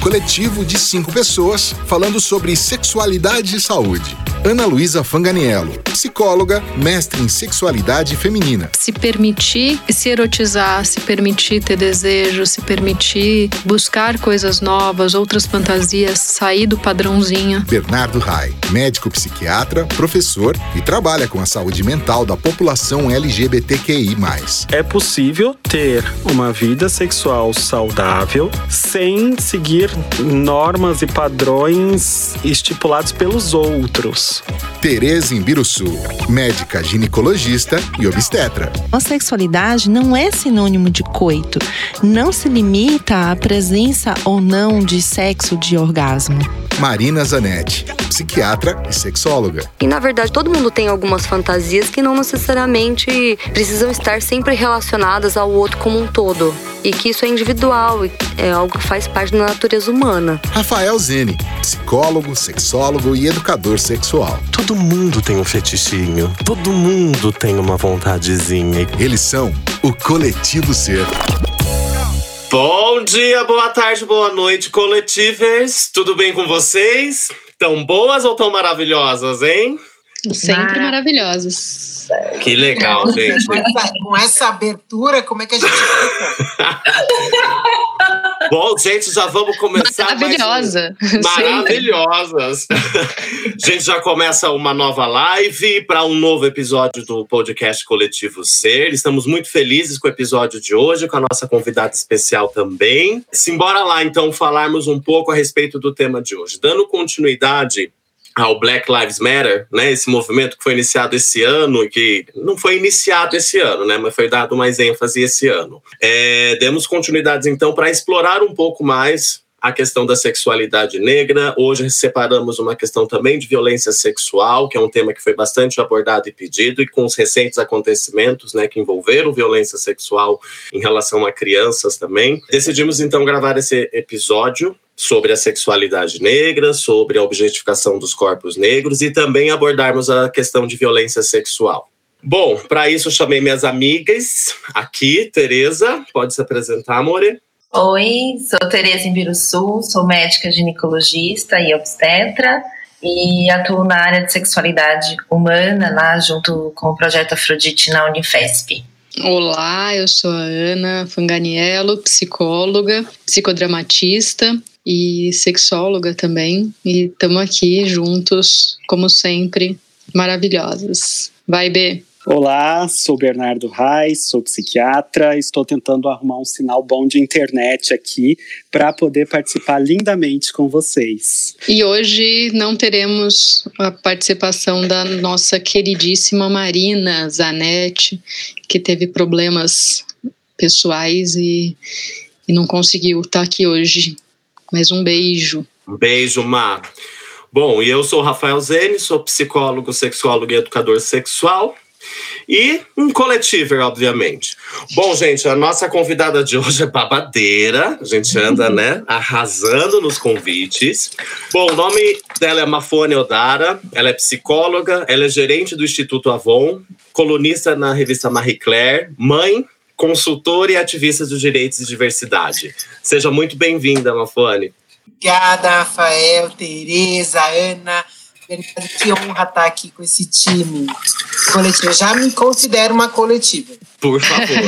coletivo de 5 pessoas falando sobre sexualidade e saúde. Ana Luísa Fanganiello, psicóloga, mestre em sexualidade feminina. Se permitir se erotizar, se permitir ter desejo, se permitir buscar coisas novas, outras fantasias, sair do padrãozinho. Bernardo Rai, médico psiquiatra, professor e trabalha com a saúde mental da população LGBTQI+. É possível ter uma vida sexual saudável sem seguir normas e padrões estipulados pelos outros. Tereza Imbiruçu, médica ginecologista e obstetra. A sexualidade não é sinônimo de coito. Não se limita à presença ou não de sexo de orgasmo. Marina Zanetti, psiquiatra e sexóloga. E na verdade todo mundo tem algumas fantasias que não necessariamente precisam estar sempre relacionadas ao outro como um todo. E que isso é individual, é algo que faz parte da natureza humana. Rafael Zene, psicólogo, sexólogo e educador sexual. Todo mundo tem um fetichinho, todo mundo tem uma vontadezinha. Eles são o Coletivo Ser. Bom dia, boa tarde, boa noite, coletivers. Tudo bem com vocês? Tão boas ou tão maravilhosas, hein? Sempre maravilhosas. Que legal, gente. Com essa abertura, como é que a gente fica? Bom, gente, já vamos começar. Maravilhosa. Maravilhosas. A gente já começa uma nova live para um novo episódio do podcast Coletivo Ser. Estamos muito felizes com o episódio de hoje, com a nossa convidada especial também. Simbora lá, então, falarmos um pouco a respeito do tema de hoje. Dando continuidade ao Black Lives Matter, né, esse movimento que foi iniciado esse ano e que não foi iniciado esse ano, né, mas foi dado mais ênfase esse ano. Demos continuidades, então, para explorar um pouco mais a questão da sexualidade negra. Hoje separamos uma questão também de violência sexual, que é um tema que foi bastante abordado e pedido, e com os recentes acontecimentos, né, que envolveram violência sexual em relação a crianças também. Decidimos, então, gravar esse episódio sobre a sexualidade negra, sobre a objetificação dos corpos negros e também abordarmos a questão de violência sexual. Bom, para isso eu chamei minhas amigas aqui. Tereza, pode se apresentar, amore? Oi, sou Tereza Imbiruçu, sou médica ginecologista e obstetra e atuo na área de sexualidade humana lá junto com o Projeto Afrodite na Unifesp. Olá, eu sou a Ana Fanganiello, psicóloga, psicodramatista e sexóloga também. E estamos aqui juntos, como sempre, maravilhosas. Vai, Bê! Olá, sou Bernardo Reis, sou psiquiatra, estou tentando arrumar um sinal bom de internet aqui para poder participar lindamente com vocês. E hoje não teremos a participação da nossa queridíssima Marina Zanetti, que teve problemas pessoais e não conseguiu estar aqui hoje. Mas um beijo. Um beijo, Má. Bom, e eu sou o Rafael Zene, sou psicólogo, sexólogo e educador sexual. E um coletiver, obviamente. Bom, gente, a nossa convidada de hoje é babadeira. A gente anda, né, arrasando nos convites. Bom, o nome dela é Mafone Odara. Ela é psicóloga, ela é gerente do Instituto Avon, colunista na revista Marie Claire, mãe, consultora e ativista dos direitos e diversidade. Seja muito bem-vinda, Mafone. Obrigada, Rafael, Tereza, Ana. Que honra estar aqui com esse time coletivo. Eu já me considero uma coletiva. Por favor.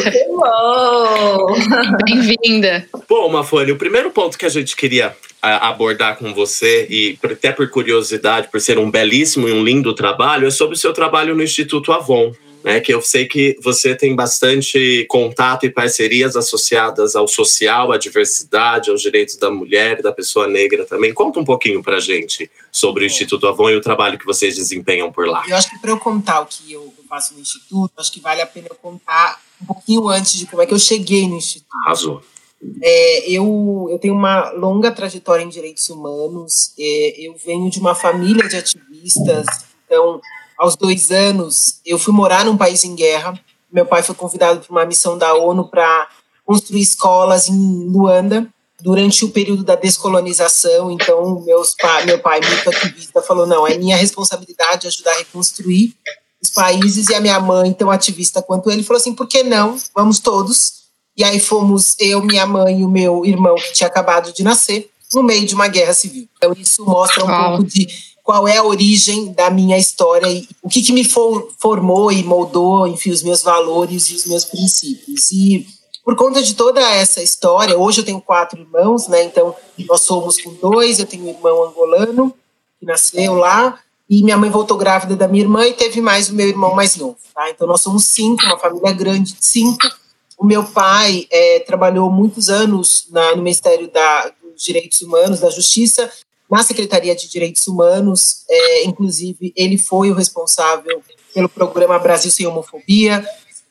Bem-vinda. Bom, Mafone, o primeiro ponto que a gente queria abordar com você, e até por curiosidade, por ser um belíssimo e um lindo trabalho, é sobre o seu trabalho no Instituto Avon. Né, que eu sei que você tem bastante contato e parcerias associadas ao social, à diversidade, aos direitos da mulher e da pessoa negra também. Conta um pouquinho pra gente sobre o Instituto Avon e o trabalho que vocês desempenham por lá. Eu acho que para eu contar o que eu faço no Instituto, acho que vale a pena eu contar um pouquinho antes de como é que eu cheguei no Instituto. Arrasou. Eu tenho uma longa trajetória em direitos humanos, eu venho de uma família de ativistas, então... Aos 2 anos, eu fui morar num país em guerra. Meu pai foi convidado para uma missão da ONU para construir escolas em Luanda durante o período da descolonização. Então, meu pai, muito ativista, falou, não, é minha responsabilidade ajudar a reconstruir os países. E a minha mãe, tão ativista quanto ele, falou assim, por que não? Vamos todos. E aí fomos eu, minha mãe e o meu irmão, que tinha acabado de nascer. no meio de uma guerra civil. Então isso mostra um pouco de qual é a origem da minha história e o que me formou e moldou, enfim, os meus valores e os meus princípios. E por conta de toda essa história, hoje eu tenho 4 irmãos, né? Então nós somos com 2, eu tenho um irmão angolano que nasceu lá, e minha mãe voltou grávida da minha irmã e teve mais o meu irmão mais novo, tá? Então nós somos 5, uma família grande de 5. O meu pai trabalhou muitos anos no Ministério dos Direitos Humanos, da Justiça, na Secretaria de Direitos Humanos, inclusive ele foi o responsável pelo programa Brasil Sem Homofobia,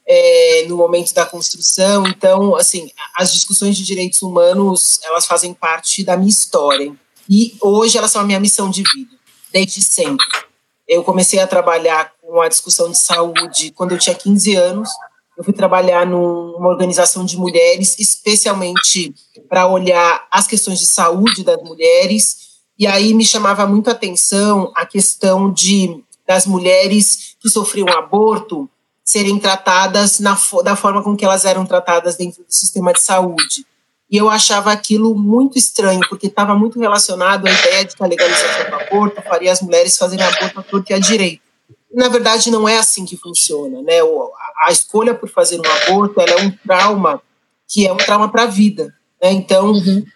no momento da construção. Então, assim, as discussões de direitos humanos, elas fazem parte da minha história, e hoje elas são a minha missão de vida. Desde sempre. Eu comecei a trabalhar com a discussão de saúde quando eu tinha 15 anos. Eu fui trabalhar numa organização de mulheres, especialmente para olhar as questões de saúde das mulheres. E aí me chamava muito a atenção a questão das mulheres que sofriam aborto serem tratadas da forma com que elas eram tratadas dentro do sistema de saúde. E eu achava aquilo muito estranho, porque estava muito relacionado à ideia de que a legalização do aborto faria as mulheres fazerem aborto à torta e à direita. E, na verdade, não é assim que funciona, né? A escolha por fazer um aborto, ela é um trauma que é um trauma para a vida, né? Então,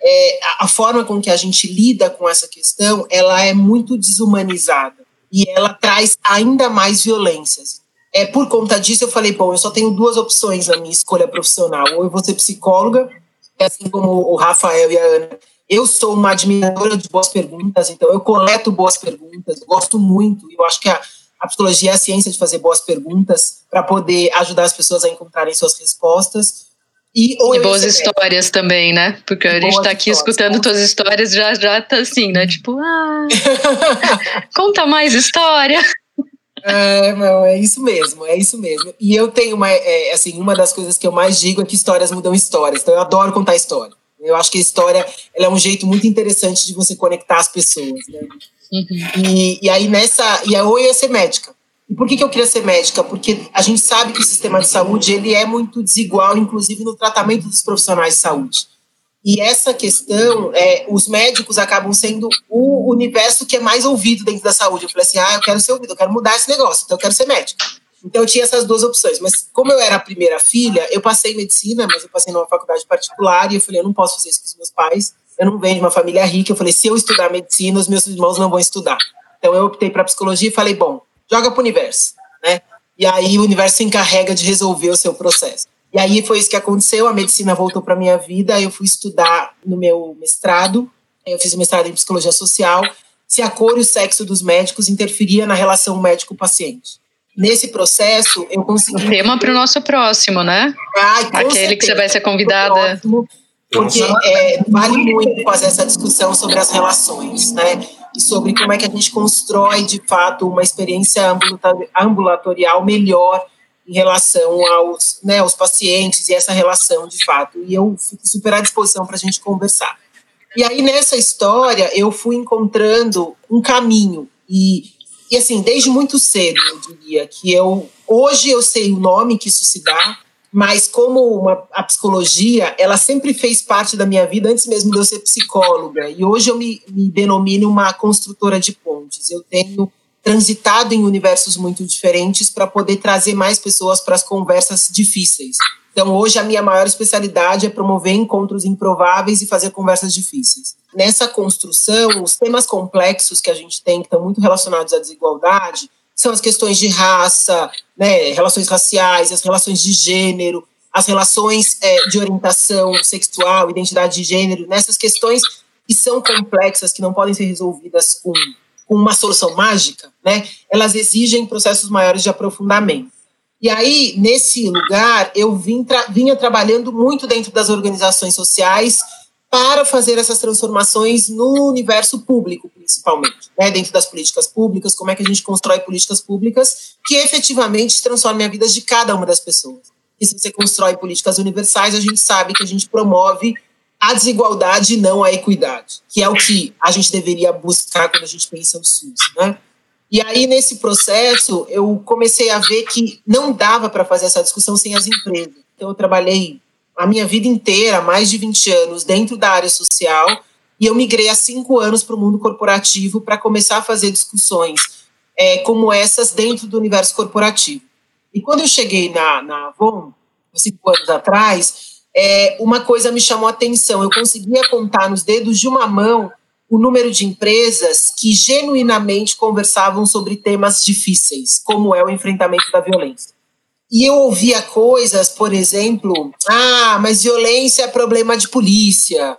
a forma com que a gente lida com essa questão, ela é muito desumanizada e ela traz ainda mais violências. Por conta disso, eu falei, bom, eu só tenho 2 opções na minha escolha profissional. Ou eu vou ser psicóloga, assim como o Rafael e a Ana, eu sou uma admiradora de boas perguntas, então eu coleto boas perguntas, gosto muito, eu acho que a psicologia é a ciência de fazer boas perguntas para poder ajudar as pessoas a encontrarem suas respostas. E boas histórias também, né? Porque a gente está aqui escutando tuas histórias, já tá assim, né? Tipo, conta mais história. Não, é isso mesmo. E eu tenho uma das coisas que eu mais digo é que histórias mudam histórias. Então eu adoro contar história. Eu acho que a história ela é um jeito muito interessante de você conectar as pessoas, né? E aí eu ia ser médica. E por que eu queria ser médica? Porque a gente sabe que o sistema de saúde ele é muito desigual, inclusive no tratamento dos profissionais de saúde. E essa questão, os médicos acabam sendo o universo que é mais ouvido dentro da saúde. Eu falei assim, eu quero ser ouvido, eu quero mudar esse negócio, então eu quero ser médica. Então eu tinha essas 2 opções, mas como eu era a primeira filha, eu passei em medicina, mas eu passei numa faculdade particular, e eu falei, eu não posso fazer isso com os meus pais, eu não venho de uma família rica. Eu falei, se eu estudar medicina, os meus irmãos não vão estudar. Então eu optei para psicologia e falei, bom, joga pro universo, né? E aí o universo se encarrega de resolver o seu processo. E aí foi isso que aconteceu, a medicina voltou para a minha vida, eu fui estudar no meu mestrado, eu fiz um mestrado em psicologia social, se a cor e o sexo dos médicos interferia na relação médico-paciente. Nesse processo, eu consegui... Um tema para o nosso próximo, né? Aquele que você vai ser convidada. Porque vale muito fazer essa discussão sobre as relações, né? E sobre como é que a gente constrói, de fato, uma experiência ambulatorial melhor em relação aos pacientes e essa relação, de fato. E eu fico super à disposição para a gente conversar. E aí, nessa história, eu fui encontrando um caminho. E assim, desde muito cedo, eu diria, que hoje eu sei o nome que isso se dá, mas como a psicologia, ela sempre fez parte da minha vida antes mesmo de eu ser psicóloga. E hoje eu me denomino uma construtora de pontes. Eu tenho transitado em universos muito diferentes para poder trazer mais pessoas para as conversas difíceis. Então, hoje, a minha maior especialidade é promover encontros improváveis e fazer conversas difíceis. Nessa construção, os temas complexos que a gente tem, que estão muito relacionados à desigualdade, são as questões de raça, né, relações raciais, as relações de gênero, as relações de orientação sexual, identidade de gênero, nessas questões que são complexas, que não podem ser resolvidas com uma solução mágica, né, elas exigem processos maiores de aprofundamento. E aí, nesse lugar, eu vinha trabalhando muito dentro das organizações sociais para fazer essas transformações no universo público, principalmente, né, dentro das políticas públicas, como é que a gente constrói políticas públicas que efetivamente transformem a vida de cada uma das pessoas. E se você constrói políticas universais, a gente sabe que a gente promove a desigualdade e não a equidade, que é o que a gente deveria buscar quando a gente pensa no SUS, né? E aí, nesse processo, eu comecei a ver que não dava para fazer essa discussão sem as empresas. Então, eu trabalhei a minha vida inteira, mais de 20 anos, dentro da área social, E eu migrei há 5 anos para o mundo corporativo para começar a fazer discussões como essas dentro do universo corporativo. E quando eu cheguei na Avon, 5 anos atrás, uma coisa me chamou a atenção. Eu conseguia contar nos dedos de uma mão o número de empresas que genuinamente conversavam sobre temas difíceis, como é o enfrentamento da violência. E eu ouvia coisas, por exemplo, mas violência é problema de polícia,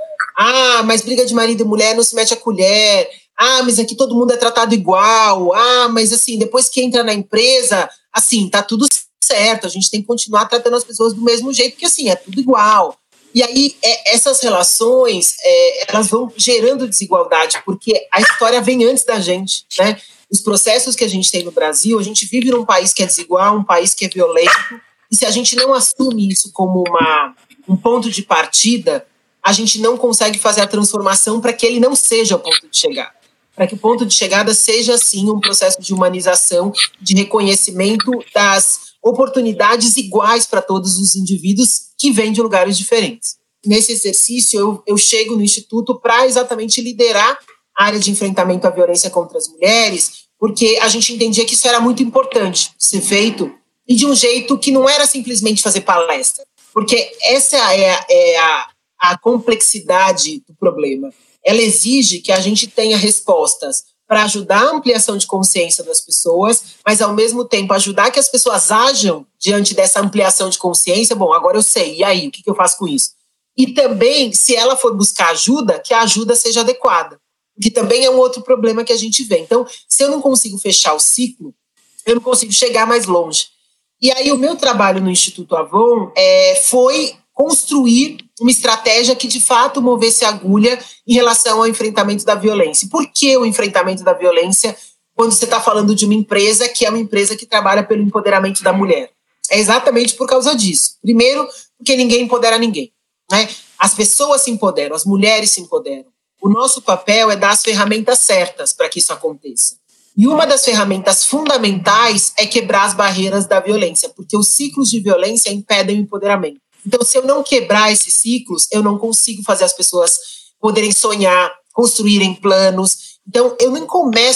mas briga de marido e mulher não se mete a colher, mas aqui todo mundo é tratado igual, mas assim, depois que entra na empresa, assim, tá tudo certo, a gente tem que continuar tratando as pessoas do mesmo jeito, porque assim, é tudo igual. E aí, essas relações, elas vão gerando desigualdade, porque a história vem antes da gente, né? Os processos que a gente tem no Brasil, a gente vive num país que é desigual, um país que é violento, e se a gente não assume isso como um ponto de partida, a gente não consegue fazer a transformação para que ele não seja o ponto de chegada. Para que o ponto de chegada seja, sim, um processo de humanização, de reconhecimento das oportunidades iguais para todos os indivíduos que vêm de lugares diferentes. Nesse exercício, eu chego no Instituto para exatamente liderar a área de enfrentamento à violência contra as mulheres, porque a gente entendia que isso era muito importante ser feito, e de um jeito que não era simplesmente fazer palestra, porque essa é a complexidade do problema. Ela exige que a gente tenha respostas para ajudar a ampliação de consciência das pessoas, mas ao mesmo tempo ajudar que as pessoas ajam diante dessa ampliação de consciência. Bom, agora eu sei, e aí, o que eu faço com isso? E também, se ela for buscar ajuda, que a ajuda seja adequada, que também é um outro problema que a gente vê. Então, se eu não consigo fechar o ciclo, eu não consigo chegar mais longe. E aí o meu trabalho no Instituto Avon foi construir uma estratégia que de fato movesse a agulha em relação ao enfrentamento da violência. Por que o enfrentamento da violência quando você está falando de uma empresa que é uma empresa que trabalha pelo empoderamento da mulher? É exatamente por causa disso. Primeiro, porque ninguém empodera ninguém, né? As pessoas se empoderam, as mulheres se empoderam. O nosso papel é dar as ferramentas certas para que isso aconteça. E uma das ferramentas fundamentais é quebrar as barreiras da violência, porque os ciclos de violência impedem o empoderamento. Então, se eu não quebrar esses ciclos, eu não consigo fazer as pessoas poderem sonhar, construírem planos. Então, eu não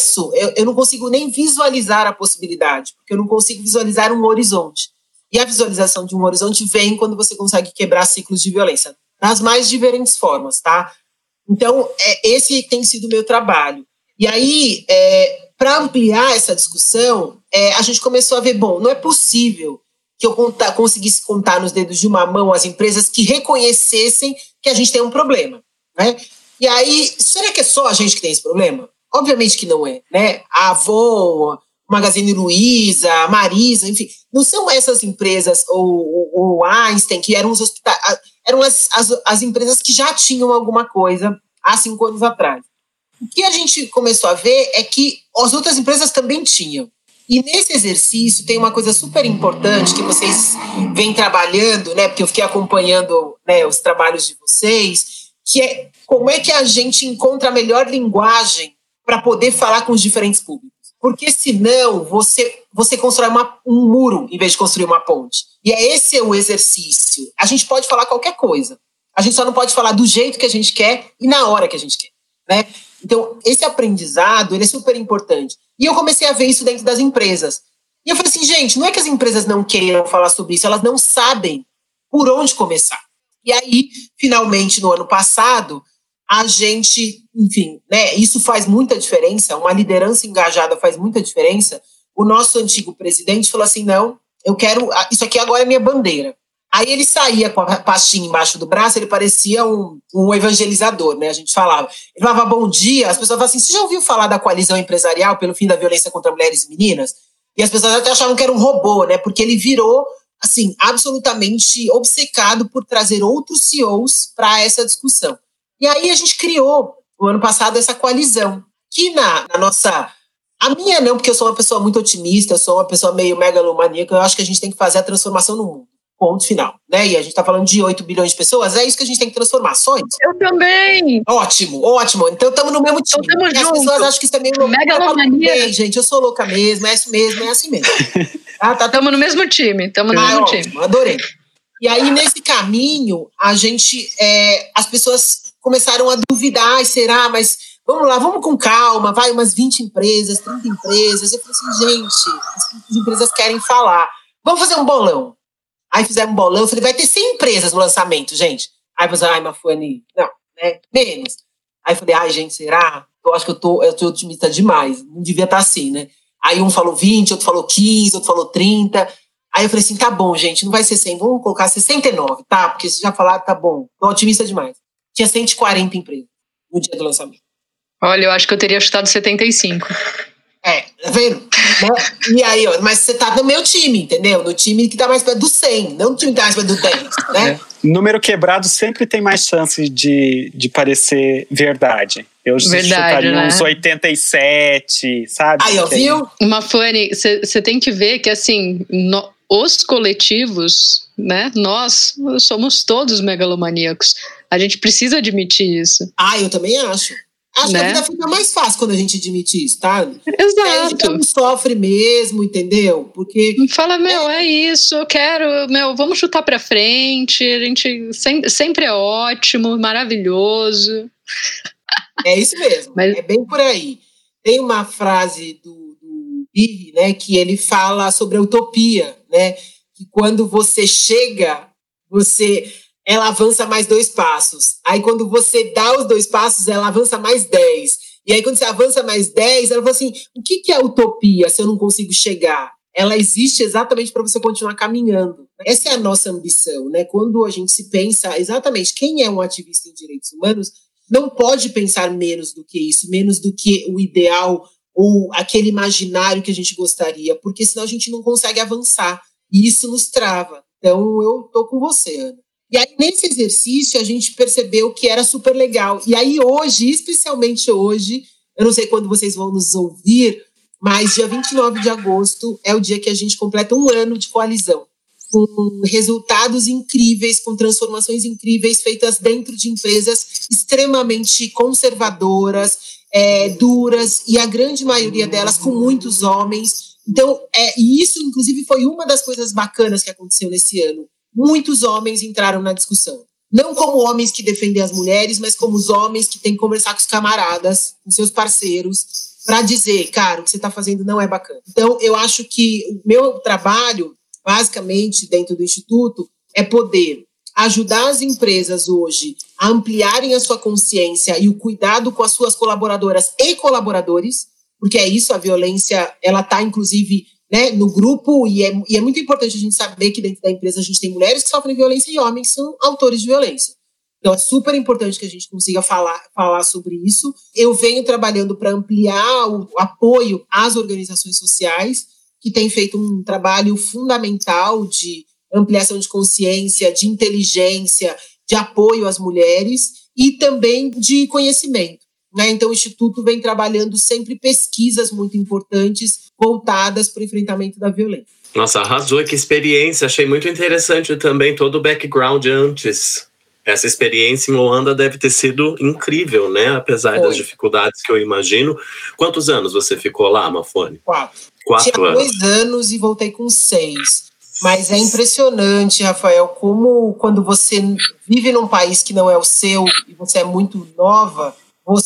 consigo nem visualizar a possibilidade, porque eu não consigo visualizar um horizonte. E a visualização de um horizonte vem quando você consegue quebrar ciclos de violência, nas mais diferentes formas, tá? Então, esse tem sido o meu trabalho. E aí, para ampliar essa discussão, a gente começou a ver, bom, não é possível que eu conseguisse contar nos dedos de uma mão as empresas que reconhecessem que a gente tem um problema, né? E aí, será que é só a gente que tem esse problema? Obviamente que não é, né? A Avon, Magazine Luiza, a Marisa, enfim, não são essas empresas, ou Einstein, que eram os hospitais, eram as empresas que já tinham alguma coisa há 5 anos atrás. O que a gente começou a ver é que as outras empresas também tinham. E nesse exercício tem uma coisa super importante que vocês vêm trabalhando, né, porque eu fiquei acompanhando, né, os trabalhos de vocês, que é como é que a gente encontra a melhor linguagem para poder falar com os diferentes públicos. Porque senão você constrói um muro em vez de construir uma ponte. E esse é o exercício. A gente pode falar qualquer coisa. A gente só não pode falar do jeito que a gente quer e na hora que a gente quer, né? Então, esse aprendizado, ele é super importante. E eu comecei a ver isso dentro das empresas. E eu falei assim, gente, não é que as empresas não queiram falar sobre isso, elas não sabem por onde começar. E aí, finalmente, no ano passado, a gente, enfim, né, isso faz muita diferença, uma liderança engajada faz muita diferença. O nosso antigo presidente falou assim, não, eu quero, isso aqui agora é minha bandeira. Aí ele saía com a pastinha embaixo do braço, ele parecia um evangelizador, né? A gente falava. Ele falava bom dia, as pessoas falavam assim, você já ouviu falar da coalizão empresarial pelo fim da violência contra mulheres e meninas? E as pessoas até achavam que era um robô, né? Porque ele virou, assim, absolutamente obcecado por trazer outros CEOs para essa discussão. E aí a gente criou, no ano passado, essa coalizão, que na nossa... A minha não, porque eu sou uma pessoa muito otimista, eu sou uma pessoa meio megalomaníaca, eu acho que a gente tem que fazer a transformação no mundo. Ponto final, né? E a gente tá falando de 8 bilhões de pessoas, é isso que a gente tem que transformar, só isso. Eu também! Ótimo. Então estamos no mesmo time. Então, as pessoas acham que isso é meio louco. Megalomania. Gente, eu sou louca mesmo, é isso mesmo, é assim mesmo. Estamos no mesmo time, ótimo, adorei. E aí, nesse caminho, as pessoas começaram a duvidar, será? Mas vamos lá, vamos com calma, vai umas 20 empresas, 30 empresas. Eu falei assim, gente, as empresas querem falar. Vamos fazer um bolão. Aí fizemos um bolão, eu falei, vai ter 100 empresas no lançamento, gente. Aí eu falei, Mafone, não, né, menos. Aí eu falei, gente, será? Eu acho que eu tô otimista demais, não devia estar assim, né? Aí um falou 20, outro falou 15, outro falou 30. Aí eu falei assim, tá bom, gente, não vai ser 100, vamos colocar 69, tá? Porque vocês já falaram, tá bom, tô otimista demais. Tinha 140 empresas no dia do lançamento. Olha, eu acho que eu teria chutado 75. Tá vendo? Né? E aí, mas você tá no meu time, entendeu? No time que tá mais perto do 100, não no time que tá mais perto do 10, né? Número quebrado sempre tem mais chance de parecer verdade. Eu chutaria, né? Uns 87, sabe? Aí, ó, viu? Mafone, você tem que ver que, assim, os coletivos, né? Nós somos todos megalomaníacos. A gente precisa admitir isso. Eu também acho. Acho que a vida fica mais fácil quando a gente admite isso, tá? Exato. Aí a gente não sofre mesmo, entendeu? Porque... Fala, é isso, eu quero, vamos chutar pra frente, a gente sempre é ótimo, maravilhoso. É isso mesmo, é bem por aí. Tem uma frase do Birri, né, que ele fala sobre a utopia, né? Que quando você chega, ela avança mais 2 passos. Aí quando você dá os 2 passos, ela avança mais 10. E aí quando você avança mais 10, ela fala assim, o que é utopia se eu não consigo chegar? Ela existe exatamente para você continuar caminhando. Essa é a nossa ambição, né? Quando a gente se pensa exatamente quem é um ativista em direitos humanos, não pode pensar menos do que isso, menos do que o ideal ou aquele imaginário que a gente gostaria, porque senão a gente não consegue avançar. E isso nos trava. Então eu tô com você, Ana. E aí, nesse exercício, a gente percebeu que era super legal. E aí, hoje, especialmente hoje, eu não sei quando vocês vão nos ouvir, mas dia 29 de agosto é o dia que a gente completa 1 ano de coalizão, com resultados incríveis, com transformações incríveis feitas dentro de empresas extremamente conservadoras, duras, e a grande maioria delas com muitos homens. Então, e isso, inclusive, foi uma das coisas bacanas que aconteceu nesse ano. Muitos homens entraram na discussão. Não como homens que defendem as mulheres, mas como os homens que têm que conversar com os camaradas, com seus parceiros, para dizer, cara, o que você está fazendo não é bacana. Então, eu acho que o meu trabalho, basicamente, dentro do Instituto, é poder ajudar as empresas hoje a ampliarem a sua consciência e o cuidado com as suas colaboradoras e colaboradores, porque é isso, a violência, ela está, inclusive, né, no grupo, e é muito importante a gente saber que dentro da empresa a gente tem mulheres que sofrem violência e homens que são autores de violência. Então é super importante que a gente consiga falar sobre isso. Eu venho trabalhando para ampliar o apoio às organizações sociais, que têm feito um trabalho fundamental de ampliação de consciência, de inteligência, de apoio às mulheres e também de conhecimento. Então, o Instituto vem trabalhando sempre pesquisas muito importantes voltadas para o enfrentamento da violência. Nossa, arrasou, que experiência. Achei muito interessante também todo o background antes. Essa experiência em Luanda deve ter sido incrível, né? Apesar das dificuldades que eu imagino. Quantos anos você ficou lá, Mafone? 4. 4 Tinha anos. 2 anos e voltei com 6. Mas é impressionante, Rafael, como quando você vive num país que não é o seu e você é muito nova...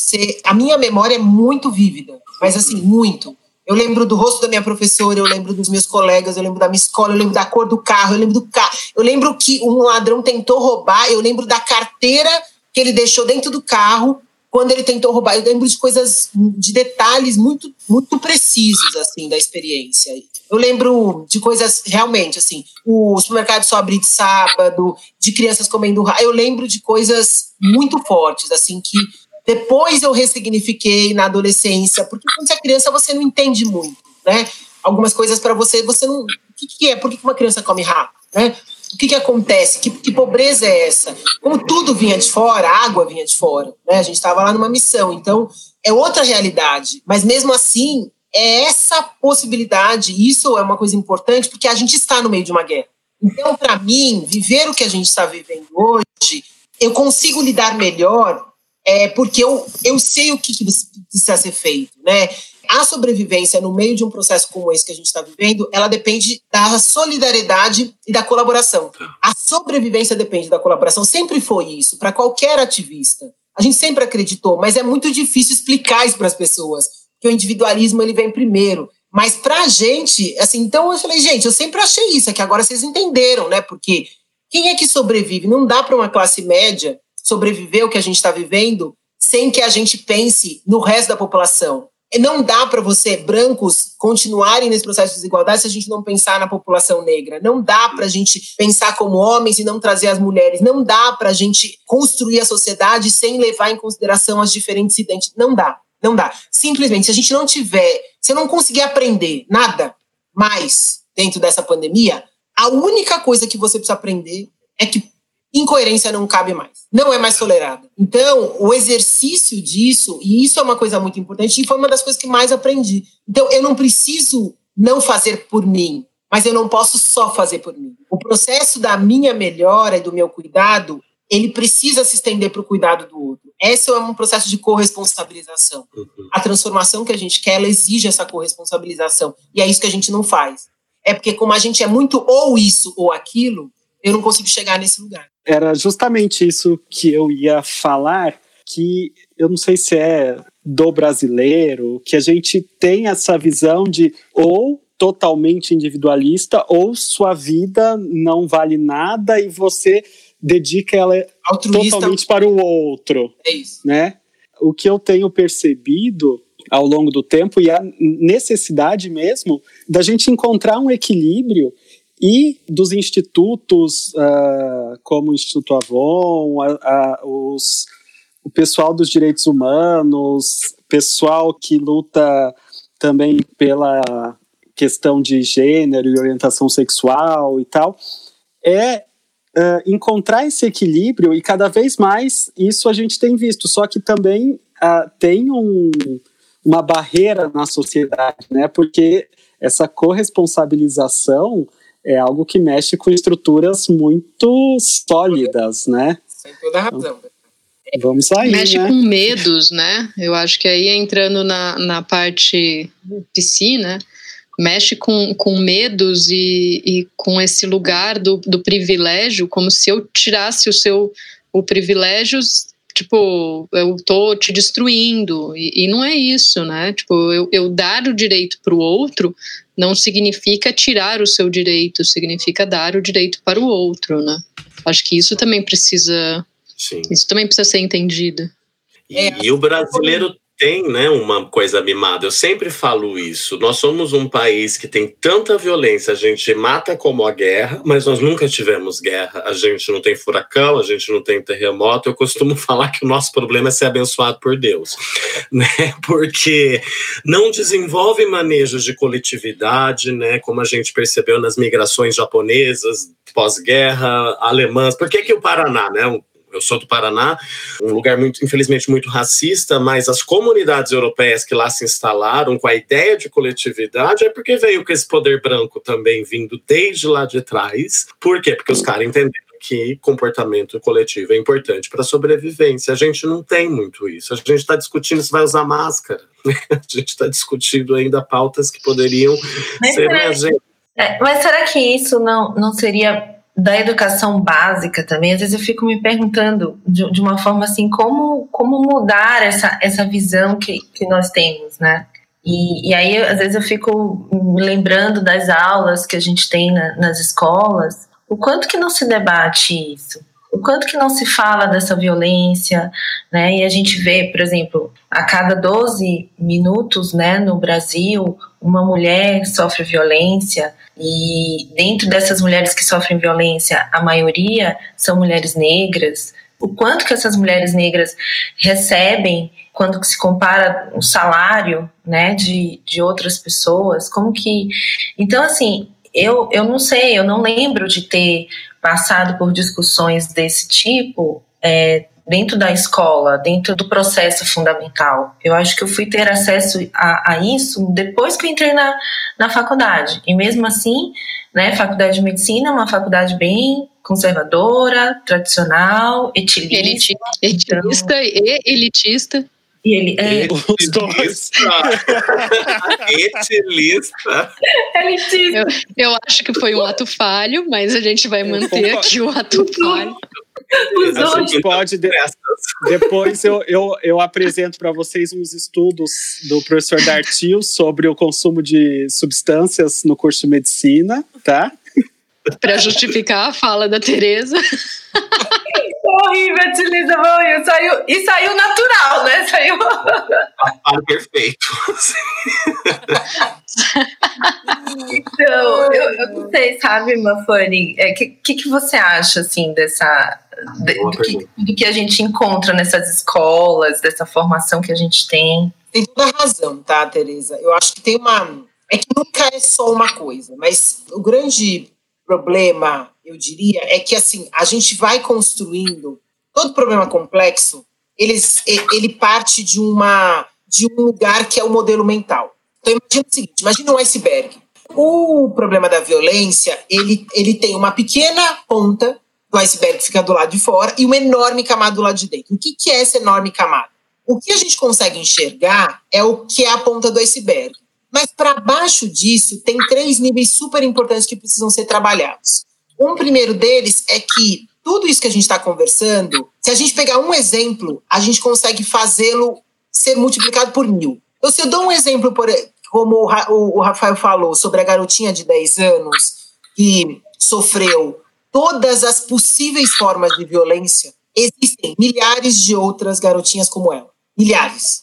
A minha memória é muito vívida, mas assim, muito. Eu lembro do rosto da minha professora, eu lembro dos meus colegas, eu lembro da minha escola, eu lembro da cor do carro, eu lembro do carro. Eu lembro que um ladrão tentou roubar, eu lembro da carteira que ele deixou dentro do carro quando ele tentou roubar. Eu lembro de coisas, de detalhes muito, muito precisos, assim, da experiência. Eu lembro de coisas, realmente, assim, o supermercado só abre de sábado, de crianças comendo raio. Eu lembro de coisas muito fortes, assim, que depois eu ressignifiquei na adolescência, porque quando você é criança você não entende muito, né? Algumas coisas para você não... O que é? Por que uma criança come rato, né? O que acontece? Que pobreza é essa? Como tudo vinha de fora, a água vinha de fora, né? A gente estava lá numa missão, então é outra realidade. Mas mesmo assim, é essa possibilidade, isso é uma coisa importante, porque a gente está no meio de uma guerra. Então, para mim, viver o que a gente está vivendo hoje, eu consigo lidar melhor porque eu sei o que precisa ser feito, né? a sobrevivência no meio de um processo como esse que a gente está vivendo, ela depende da solidariedade e da colaboração. A sobrevivência depende da colaboração, sempre foi isso, para qualquer ativista. A gente sempre acreditou, mas é muito difícil explicar isso para as pessoas, que o individualismo ele vem primeiro. Mas para a gente, assim, então eu falei, gente, eu sempre achei isso, é que agora vocês entenderam, né? Porque quem é que sobrevive? Não dá para uma classe média sobreviver o que a gente está vivendo sem que a gente pense no resto da população. Não dá para você, brancos, continuarem nesse processo de desigualdade se a gente não pensar na população negra. Não dá para a gente pensar como homens e não trazer as mulheres. Não dá para a gente construir a sociedade sem levar em consideração as diferentes identidades. Não dá. Não dá. Simplesmente, se a gente não tiver, se eu não conseguir aprender nada mais dentro dessa pandemia, a única coisa que você precisa aprender é que incoerência não cabe mais. Não é mais tolerada. Então, o exercício disso, e isso é uma coisa muito importante, e foi uma das coisas que mais aprendi. Então, eu não preciso não fazer por mim, mas eu não posso só fazer por mim. O processo da minha melhora e do meu cuidado, ele precisa se estender para o cuidado do outro. Esse é um processo de corresponsabilização. A transformação que a gente quer, ela exige essa corresponsabilização. E é isso que a gente não faz. É porque como a gente é muito ou isso ou aquilo, eu não consigo chegar nesse lugar. Era justamente isso que eu ia falar, que eu não sei se é do brasileiro, que a gente tem essa visão de ou totalmente individualista, ou sua vida não vale nada e você dedica ela altruísta, totalmente para o outro. É isso. Né? O que eu tenho percebido ao longo do tempo, e a necessidade mesmo da gente encontrar um equilíbrio e dos institutos como o Instituto Avon, o pessoal dos direitos humanos, pessoal que luta também pela questão de gênero e orientação sexual e tal, encontrar esse equilíbrio, e cada vez mais isso a gente tem visto, só que também tem uma barreira na sociedade, né? Porque essa corresponsabilização é algo que mexe com estruturas muito sólidas, né? Sem toda razão. Vamos aí, mexe, né? Com medos, né? Eu acho que aí entrando na parte piscina, mexe com medos e com esse lugar do privilégio, como se eu tirasse o privilégio, tipo, eu tô te destruindo, e não é isso, né? Tipo, eu dar o direito para o outro não significa tirar o seu direito, significa dar o direito para o outro, né? Acho que isso também precisa, isso também precisa ser entendido. E o brasileiro tem, né, uma coisa mimada, eu sempre falo isso, nós somos um país que tem tanta violência, a gente mata como a guerra, mas nós nunca tivemos guerra, a gente não tem furacão, a gente não tem terremoto, eu costumo falar que o nosso problema é ser abençoado por Deus, né, porque não desenvolve manejos de coletividade, né, como a gente percebeu nas migrações japonesas, pós-guerra, alemãs, por que o Paraná, né, eu sou do Paraná, um lugar infelizmente muito racista, mas as comunidades europeias que lá se instalaram com a ideia de coletividade é porque veio com esse poder branco também vindo desde lá de trás. Por quê? Porque os caras entenderam que comportamento coletivo é importante para a sobrevivência. A gente não tem muito isso. A gente está discutindo se vai usar máscara. A gente está discutindo ainda pautas que poderiam ser emergentes. Mas será que isso não seria da educação básica também? Às vezes eu fico me perguntando de uma forma assim, como mudar essa visão que nós temos, né? E aí, às vezes eu fico me lembrando das aulas que a gente tem nas escolas, o quanto que não se debate isso, o quanto que não se fala dessa violência, né? E a gente vê, por exemplo, a cada 12 minutos, né, no Brasil, uma mulher sofre violência. E dentro dessas mulheres que sofrem violência, a maioria são mulheres negras. O quanto que essas mulheres negras recebem quando se compara o salário, né, de outras pessoas, como que... Então, assim, eu não sei, eu não lembro de ter passado por discussões desse tipo dentro da escola, dentro do processo fundamental. Eu acho que eu fui ter acesso a isso depois que eu entrei na faculdade. E mesmo assim, né, faculdade de medicina é uma faculdade bem conservadora, tradicional, etilista e elitista. E ele é os dois. Etilista. Eu acho que foi um ato falho, mas a gente vai manter aqui o ato falho. A gente pode depois eu apresento para vocês uns estudos do professor Dartil sobre o consumo de substâncias no curso de medicina, tá? Para justificar a fala da Tereza. Horrível, Tilisa, e saiu natural, né? Saiu. Perfeito. Então, eu não sei, sabe, Mafani, que você acha, assim, do que a gente encontra nessas escolas, dessa formação que a gente tem? Tem toda a razão, tá, Tereza? Eu acho que é que nunca é só uma coisa, mas o grande problema, eu diria, é que, assim, a gente vai construindo todo problema complexo, ele parte de um lugar que é o modelo mental. Então, imagina o seguinte, imagina um iceberg. O problema da violência, ele tem uma pequena ponta do iceberg que fica do lado de fora e uma enorme camada do lado de dentro. O que é essa enorme camada? O que a gente consegue enxergar é o que é a ponta do iceberg. Mas para baixo disso, tem 3 níveis super importantes que precisam ser trabalhados. Um primeiro deles é que tudo isso que a gente está conversando, se a gente pegar um exemplo, a gente consegue fazê-lo ser multiplicado por 1000. Então, se eu dou um exemplo, como o Rafael falou, sobre a garotinha de 10 anos que sofreu todas as possíveis formas de violência, existem milhares de outras garotinhas como ela. Milhares.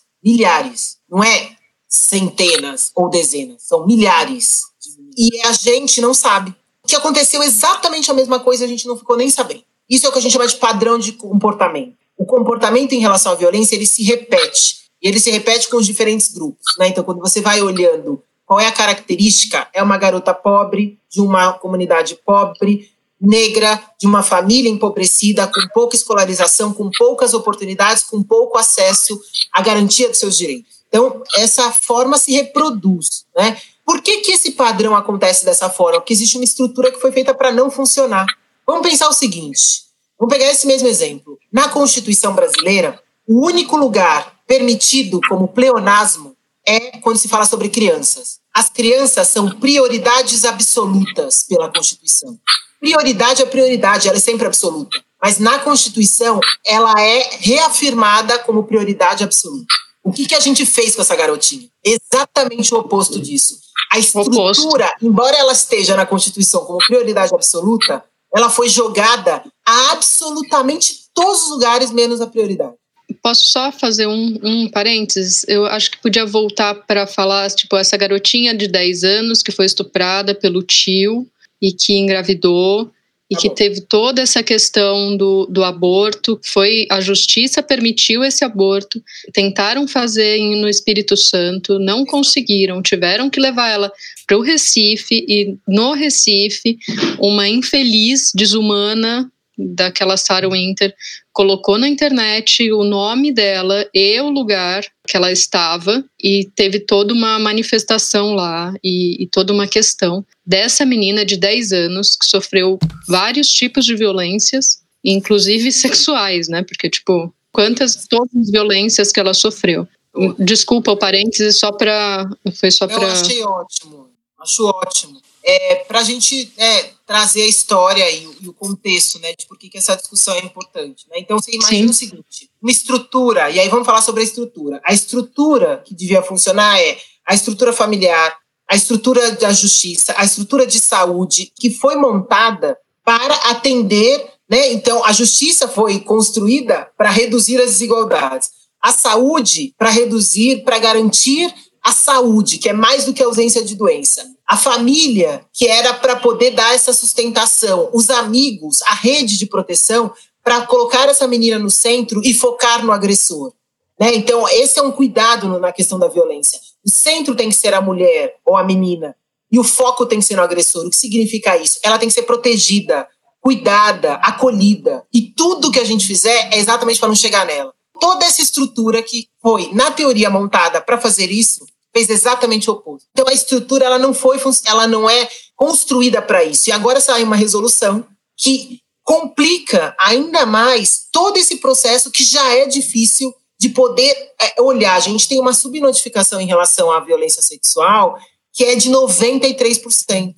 Não é centenas ou dezenas, são milhares. E a gente não sabe. O que aconteceu exatamente a mesma coisa, a gente não ficou nem sabendo. Isso é o que a gente chama de padrão de comportamento. O comportamento em relação à violência, ele se repete. E ele se repete com os diferentes grupos, né? Então, quando você vai olhando qual é a característica, é uma garota pobre, de uma comunidade pobre, negra, de uma família empobrecida, com pouca escolarização, com poucas oportunidades, com pouco acesso à garantia dos seus direitos. Então, essa forma se reproduz, né? Por que esse padrão acontece dessa forma? Porque existe uma estrutura que foi feita para não funcionar. Vamos pensar o seguinte, vamos pegar esse mesmo exemplo. Na Constituição brasileira, o único lugar permitido como pleonasmo é quando se fala sobre crianças. As crianças são prioridades absolutas pela Constituição. Prioridade é prioridade, ela é sempre absoluta. Mas na Constituição, ela é reafirmada como prioridade absoluta. O que a gente fez com essa garotinha? Exatamente o oposto disso. A estrutura, embora ela esteja na Constituição como prioridade absoluta, ela foi jogada a absolutamente todos os lugares, menos a prioridade. Posso só fazer um parênteses? Eu acho que podia voltar para falar, tipo, essa garotinha de 10 anos que foi estuprada pelo tio e que engravidou e que teve toda essa questão do aborto. A justiça permitiu esse aborto, tentaram fazer no Espírito Santo, não conseguiram, tiveram que levar ela para o Recife, e no Recife uma infeliz desumana daquela Sarah Winter colocou na internet o nome dela e o lugar que ela estava, e teve toda uma manifestação lá e toda uma questão dessa menina de 10 anos que sofreu vários tipos de violências, inclusive sexuais, né? Porque, tipo, todas as violências que ela sofreu. Desculpa o parênteses, foi só para... Eu achei ótimo, acho ótimo. Para a gente trazer a história e o contexto, né, de por que essa discussão é importante, né? Então, você imagina o seguinte, uma estrutura, e aí vamos falar sobre a estrutura. A estrutura que devia funcionar é a estrutura familiar, a estrutura da justiça, a estrutura de saúde, que foi montada para atender, né? Então, a justiça foi construída para reduzir as desigualdades. A saúde para garantir a saúde, que é mais do que a ausência de doença. A família, que era para poder dar essa sustentação. Os amigos, a rede de proteção, para colocar essa menina no centro e focar no agressor, né? Então, esse é um cuidado na questão da violência. O centro tem que ser a mulher ou a menina, e o foco tem que ser no agressor. O que significa isso? Ela tem que ser protegida, cuidada, acolhida. E tudo que a gente fizer é exatamente para não chegar nela. Toda essa estrutura que foi, na teoria, montada para fazer isso, fez exatamente o oposto. Então, a estrutura ela não é construída para isso. E agora sai uma resolução que complica ainda mais todo esse processo que já é difícil de poder olhar. A gente tem uma subnotificação em relação à violência sexual que é de 93%.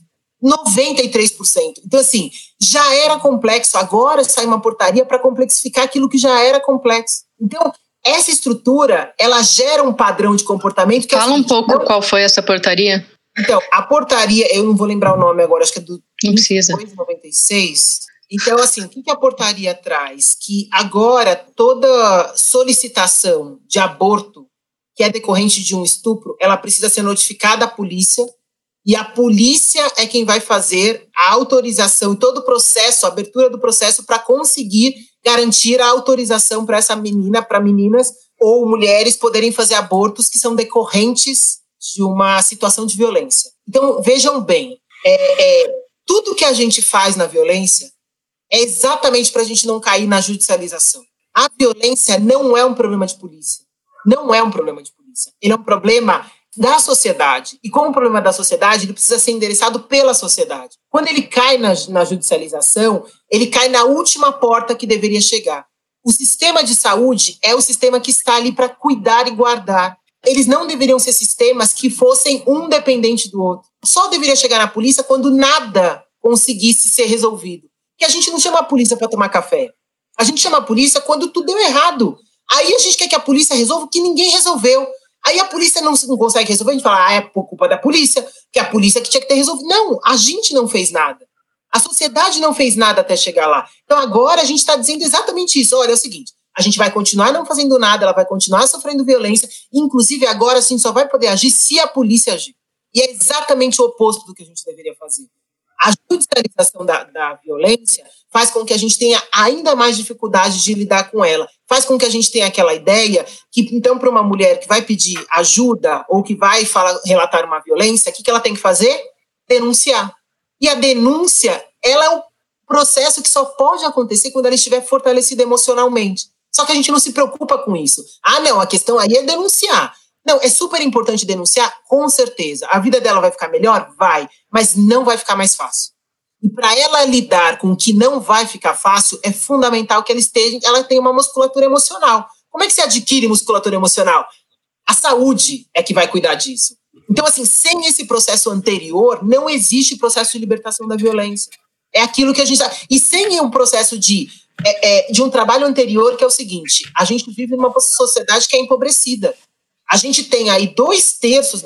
93%. Então, assim, já era complexo, agora sai uma portaria para complexificar aquilo que já era complexo. Então, essa estrutura, ela gera um padrão de comportamento que Fala um pouco qual foi essa portaria. Então, a portaria, eu não vou lembrar o nome agora, acho que é do 96. Então, assim, o que a portaria traz? Que agora toda solicitação de aborto que é decorrente de um estupro, ela precisa ser notificada à polícia, e a polícia é quem vai fazer a autorização e todo o processo, a abertura do processo para conseguir garantir a autorização para essa menina, para meninas ou mulheres poderem fazer abortos que são decorrentes de uma situação de violência. Então, vejam bem, tudo que a gente faz na violência é exatamente para a gente não cair na judicialização. A violência não é um problema de polícia. Não é um problema de polícia. Ele é um problema da sociedade. E como problema da sociedade, ele precisa ser endereçado pela sociedade. Quando ele cai na judicialização, ele cai na última porta que deveria chegar. O sistema de saúde é o sistema que está ali para cuidar e guardar. Eles não deveriam ser sistemas que fossem um dependente do outro. Só deveria chegar na polícia quando nada conseguisse ser resolvido. Porque a gente não chama a polícia para tomar café. A gente chama a polícia quando tudo deu errado. Aí a gente quer que a polícia resolva o que ninguém resolveu. Aí a polícia não consegue resolver, a gente fala, é por culpa da polícia, que a polícia que tinha que ter resolvido. Não, a gente não fez nada. A sociedade não fez nada até chegar lá. Então agora a gente está dizendo exatamente isso. Olha, é o seguinte, a gente vai continuar não fazendo nada, ela vai continuar sofrendo violência, inclusive agora a gente só vai poder agir se a polícia agir. E é exatamente o oposto do que a gente deveria fazer. A judicialização da violência faz com que a gente tenha ainda mais dificuldade de lidar com ela. Faz com que a gente tenha aquela ideia que, então, para uma mulher que vai pedir ajuda ou que vai relatar uma violência, o que ela tem que fazer? Denunciar. E a denúncia, ela é um processo que só pode acontecer quando ela estiver fortalecida emocionalmente. Só que a gente não se preocupa com isso. Ah, não, a questão aí é denunciar. Não, é super importante denunciar, com certeza. A vida dela vai ficar melhor? Vai, mas não vai ficar mais fácil. E para ela lidar com o que não vai ficar fácil, é fundamental que ela tenha uma musculatura emocional. Como é que se adquire musculatura emocional? A saúde é que vai cuidar disso. Então, assim, sem esse processo anterior, não existe processo de libertação da violência. É aquilo que a gente... E sem um processo de um trabalho anterior, que é o seguinte, a gente vive numa sociedade que é empobrecida. A gente tem aí 2/3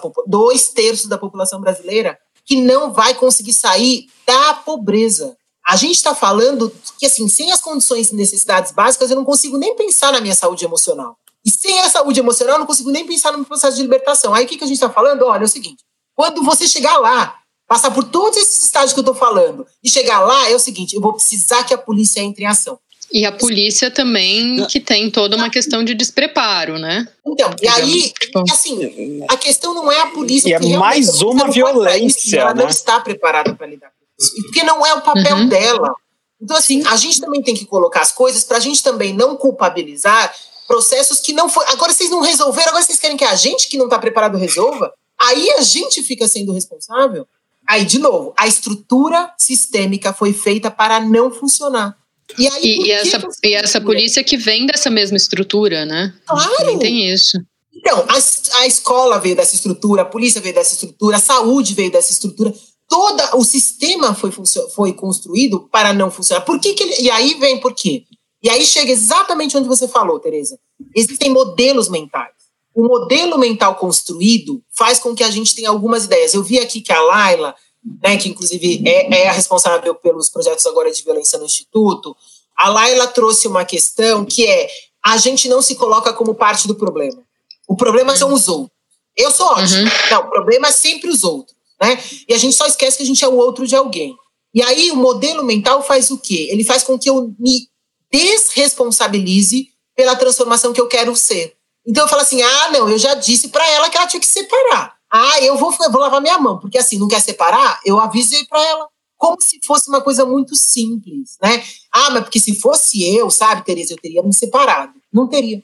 da população brasileira que não vai conseguir sair da pobreza. A gente está falando que, assim, sem as condições de necessidades básicas, eu não consigo nem pensar na minha saúde emocional. E sem a saúde emocional, eu não consigo nem pensar no meu processo de libertação. Aí o que a gente está falando? Olha, é o seguinte, quando você chegar lá, passar por todos esses estágios que eu estou falando, e chegar lá, é o seguinte, eu vou precisar que a polícia entre em ação. E a polícia também, que tem toda uma questão de despreparo, né? Então, e aí, assim, a questão não é a polícia. E é mais uma violência, ela né? não está preparada para lidar com isso. Porque não é o papel dela. Então, assim, a gente também tem que colocar as coisas para a gente também não culpabilizar processos que não foram... Agora vocês não resolveram, agora vocês querem que a gente que não está preparado resolva? Aí a gente fica sendo responsável. Aí, de novo, a estrutura sistêmica foi feita para não funcionar. E, aí, essa polícia que vem dessa mesma estrutura, né? Claro! Tem isso. Então, a escola veio dessa estrutura, a polícia veio dessa estrutura, a saúde veio dessa estrutura. Todo o sistema foi construído para não funcionar. Por que ele... E aí vem por quê? E aí chega exatamente onde você falou, Tereza. Existem modelos mentais. O modelo mental construído faz com que a gente tenha algumas ideias. Eu vi aqui que a Laila, né, que inclusive é a responsável pelos projetos agora de violência no Instituto, a Laila trouxe uma questão que é: a gente não se coloca como parte do problema. O problema são os outros. Eu sou ótimo. Não, o problema é sempre os outros, né? E a gente só esquece que a gente é o outro de alguém. E aí o modelo mental faz o quê? Ele faz com que eu me desresponsabilize pela transformação que eu quero ser. Então eu falo assim, não, eu já disse para ela que ela tinha que separar. Eu vou lavar minha mão, porque assim, não quer separar? Eu avisei para ela. Como se fosse uma coisa muito simples, né? Mas porque se fosse eu, sabe, Tereza, eu teria me separado. Não teria,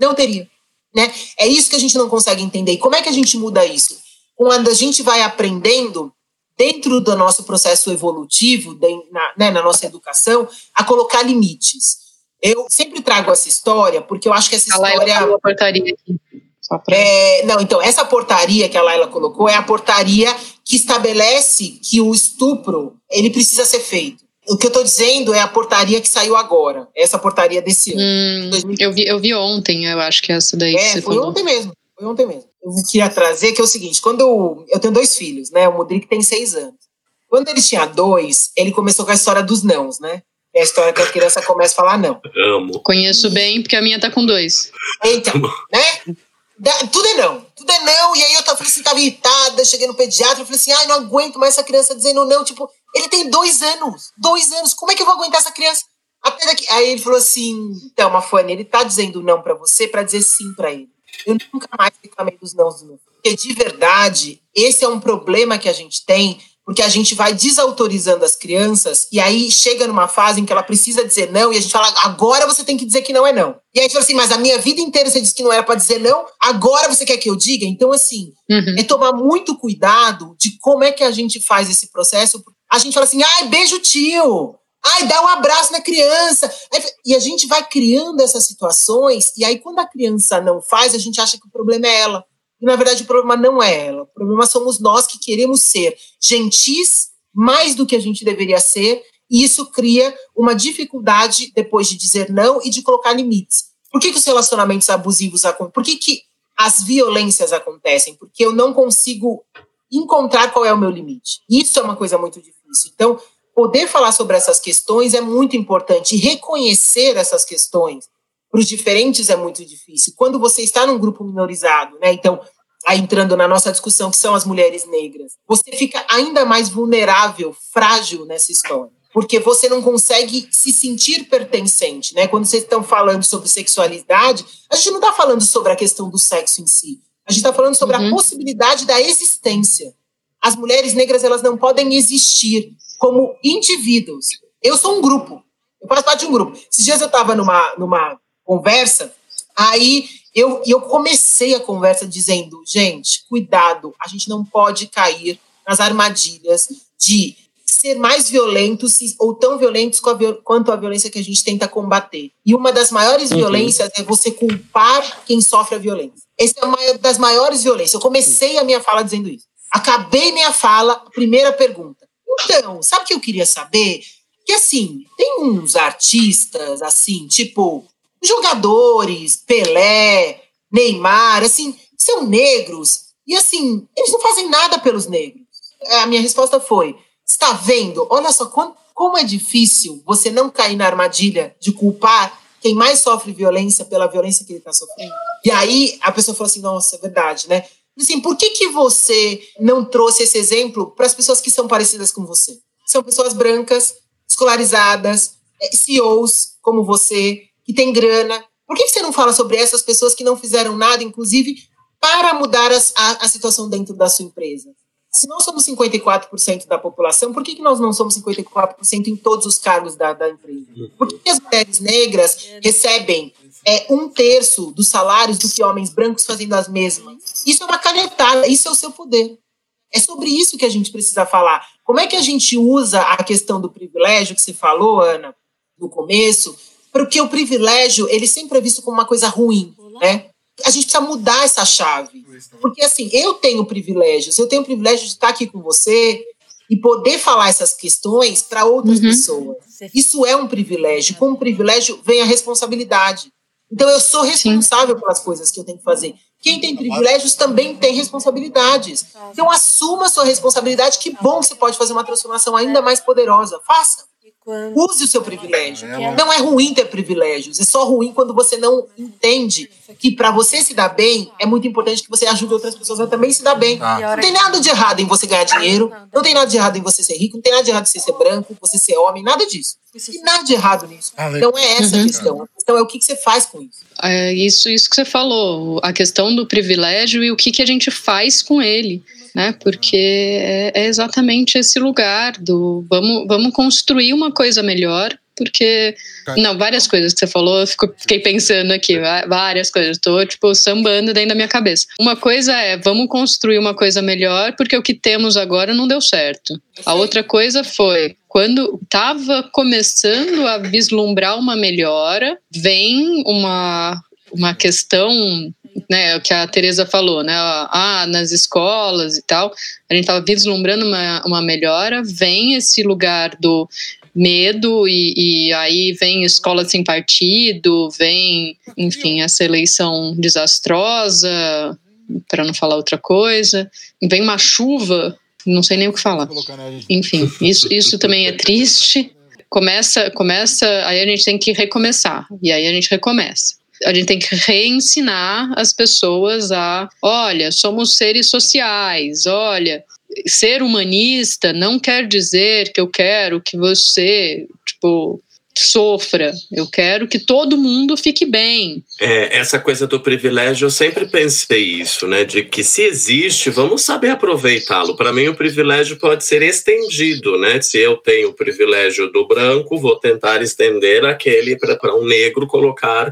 né? É isso que a gente não consegue entender. E como é que a gente muda isso? Quando a gente vai aprendendo, dentro do nosso processo evolutivo, na nossa educação, a colocar limites. Eu sempre trago essa história, porque eu acho que essa história... A Laila falou a portaria aqui. Não, então, essa portaria que a Laila colocou é a portaria que estabelece que o estupro, ele precisa ser feito. O que eu estou dizendo é a portaria que saiu agora, essa portaria desse ano. Eu vi ontem, eu acho que é essa daí que você foi falou. Ontem mesmo. Eu queria trazer que é o seguinte, quando eu tenho 2 filhos, né? O Mudrik tem 6 anos. Quando ele tinha 2, ele começou com a história dos nãos, né? É a história que a criança começa a falar não. Amo. Conheço bem, porque a minha tá com 2. Então, né? Tudo é não. E aí eu falei assim, tava irritada, cheguei no pediatra, eu falei assim, não aguento mais essa criança dizendo não. Tipo, ele tem 2 anos. 2 anos, como é que eu vou aguentar essa criança? Até daqui. Aí ele falou assim, então, Mafone, ele tá dizendo não pra você pra dizer sim pra ele. Eu nunca mais reclamei dos nãos do meu filho. Porque, de verdade, esse é um problema que a gente tem, porque a gente vai desautorizando as crianças e aí chega numa fase em que ela precisa dizer não e a gente fala, agora você tem que dizer que não é não. E aí a gente fala assim, mas a minha vida inteira você disse que não era pra dizer não, agora você quer que eu diga? Então, assim, é tomar muito cuidado de como é que a gente faz esse processo. A gente fala assim, beija o tio. Dá um abraço na criança. E a gente vai criando essas situações, e aí quando a criança não faz, a gente acha que o problema é ela. E na verdade o problema não é ela. O problema somos nós que queremos ser gentis mais do que a gente deveria ser, e isso cria uma dificuldade depois de dizer não e de colocar limites. Por que os relacionamentos abusivos acontecem? Por que as violências acontecem? Porque eu não consigo encontrar qual é o meu limite. Isso é uma coisa muito difícil. Então, poder falar sobre essas questões é muito importante, e reconhecer essas questões para os diferentes é muito difícil. Quando você está num grupo minorizado, né? Então, aí entrando na nossa discussão, que são as mulheres negras, você fica ainda mais vulnerável, frágil nessa história, porque você não consegue se sentir pertencente, né? Quando vocês estão falando sobre sexualidade, a gente não está falando sobre a questão do sexo em si, a gente está falando sobre a possibilidade da existência. As mulheres negras, elas não podem existir como indivíduos. Eu sou um grupo, eu faço parte de um grupo. Esses dias eu estava numa conversa, aí eu comecei a conversa dizendo, gente, cuidado, a gente não pode cair nas armadilhas de ser mais violentos ou tão violentos quanto a violência que a gente tenta combater. E uma das maiores violências é você culpar quem sofre a violência. Essa é uma das maiores violências. Eu comecei a minha fala dizendo isso. Acabei minha fala, primeira pergunta. Então, sabe o que eu queria saber? Que, assim, tem uns artistas, assim, tipo, jogadores, Pelé, Neymar, assim, são negros, e, assim, eles não fazem nada pelos negros. A minha resposta foi, está vendo? Olha só como é difícil você não cair na armadilha de culpar quem mais sofre violência pela violência que ele está sofrendo. E aí, a pessoa falou assim, nossa, é verdade, né? Assim, por que você não trouxe esse exemplo para as pessoas que são parecidas com você? São pessoas brancas, escolarizadas, CEOs como você, que têm grana. Por que você não fala sobre essas pessoas que não fizeram nada, inclusive, para mudar a situação dentro da sua empresa? Se nós somos 54% da população, por que nós não somos 54% em todos os cargos da empresa? Por que as mulheres negras recebem 1/3 dos salários do que homens brancos fazendo as mesmas? Isso é uma canetada, isso é o seu poder. É sobre isso que a gente precisa falar. Como é que a gente usa a questão do privilégio que você falou, Ana, no começo? Porque o privilégio, ele sempre é visto como uma coisa ruim, né? A gente precisa mudar essa chave. Porque, assim, eu tenho privilégios. Eu tenho o privilégio de estar aqui com você e poder falar essas questões para outras pessoas. Isso é um privilégio. Com o privilégio vem a responsabilidade. Então, eu sou responsável pelas coisas que eu tenho que fazer. Quem tem privilégios também tem responsabilidades. Então, assuma a sua responsabilidade. Que bom que você pode fazer uma transformação ainda mais poderosa. Faça. Use o seu privilégio. Não é ruim ter privilégios. É só ruim quando você não entende que para você se dar bem, é muito importante que você ajude outras pessoas a também se dar bem. Não tem nada de errado em você ganhar dinheiro. Não tem nada de errado em você ser rico. Não tem nada de errado em você ser branco, você ser homem. Nada disso. Não tem nada de errado nisso. Não é essa a questão. A questão é o que você faz com isso. É isso que você falou. A questão do privilégio e o que a gente faz com ele. Né? Porque é exatamente esse lugar do vamos construir uma coisa melhor porque... Não, várias coisas que você falou, eu fiquei pensando aqui, várias coisas. Estou, tipo, sambando dentro da minha cabeça. Uma coisa é, vamos construir uma coisa melhor, porque o que temos agora não deu certo. A outra coisa foi, quando estava começando a vislumbrar uma melhora, vem uma questão... Né, que a Tereza falou, né, nas escolas e tal, a gente estava vislumbrando uma melhora, vem esse lugar do medo e aí vem escola sem partido, vem, enfim, essa eleição desastrosa, para não falar outra coisa, vem uma chuva, não sei nem o que falar, enfim, isso também é triste, começa, aí a gente tem que recomeçar, e aí a gente recomeça. A gente tem que reensinar as pessoas olha, somos seres sociais, olha, ser humanista não quer dizer que eu quero que você, tipo, sofra, eu quero que todo mundo fique bem. Essa coisa do privilégio, eu sempre pensei isso, né, de que se existe, vamos saber aproveitá-lo. Para mim o privilégio pode ser estendido, né, se eu tenho o privilégio do branco, vou tentar estender aquele para um negro colocar,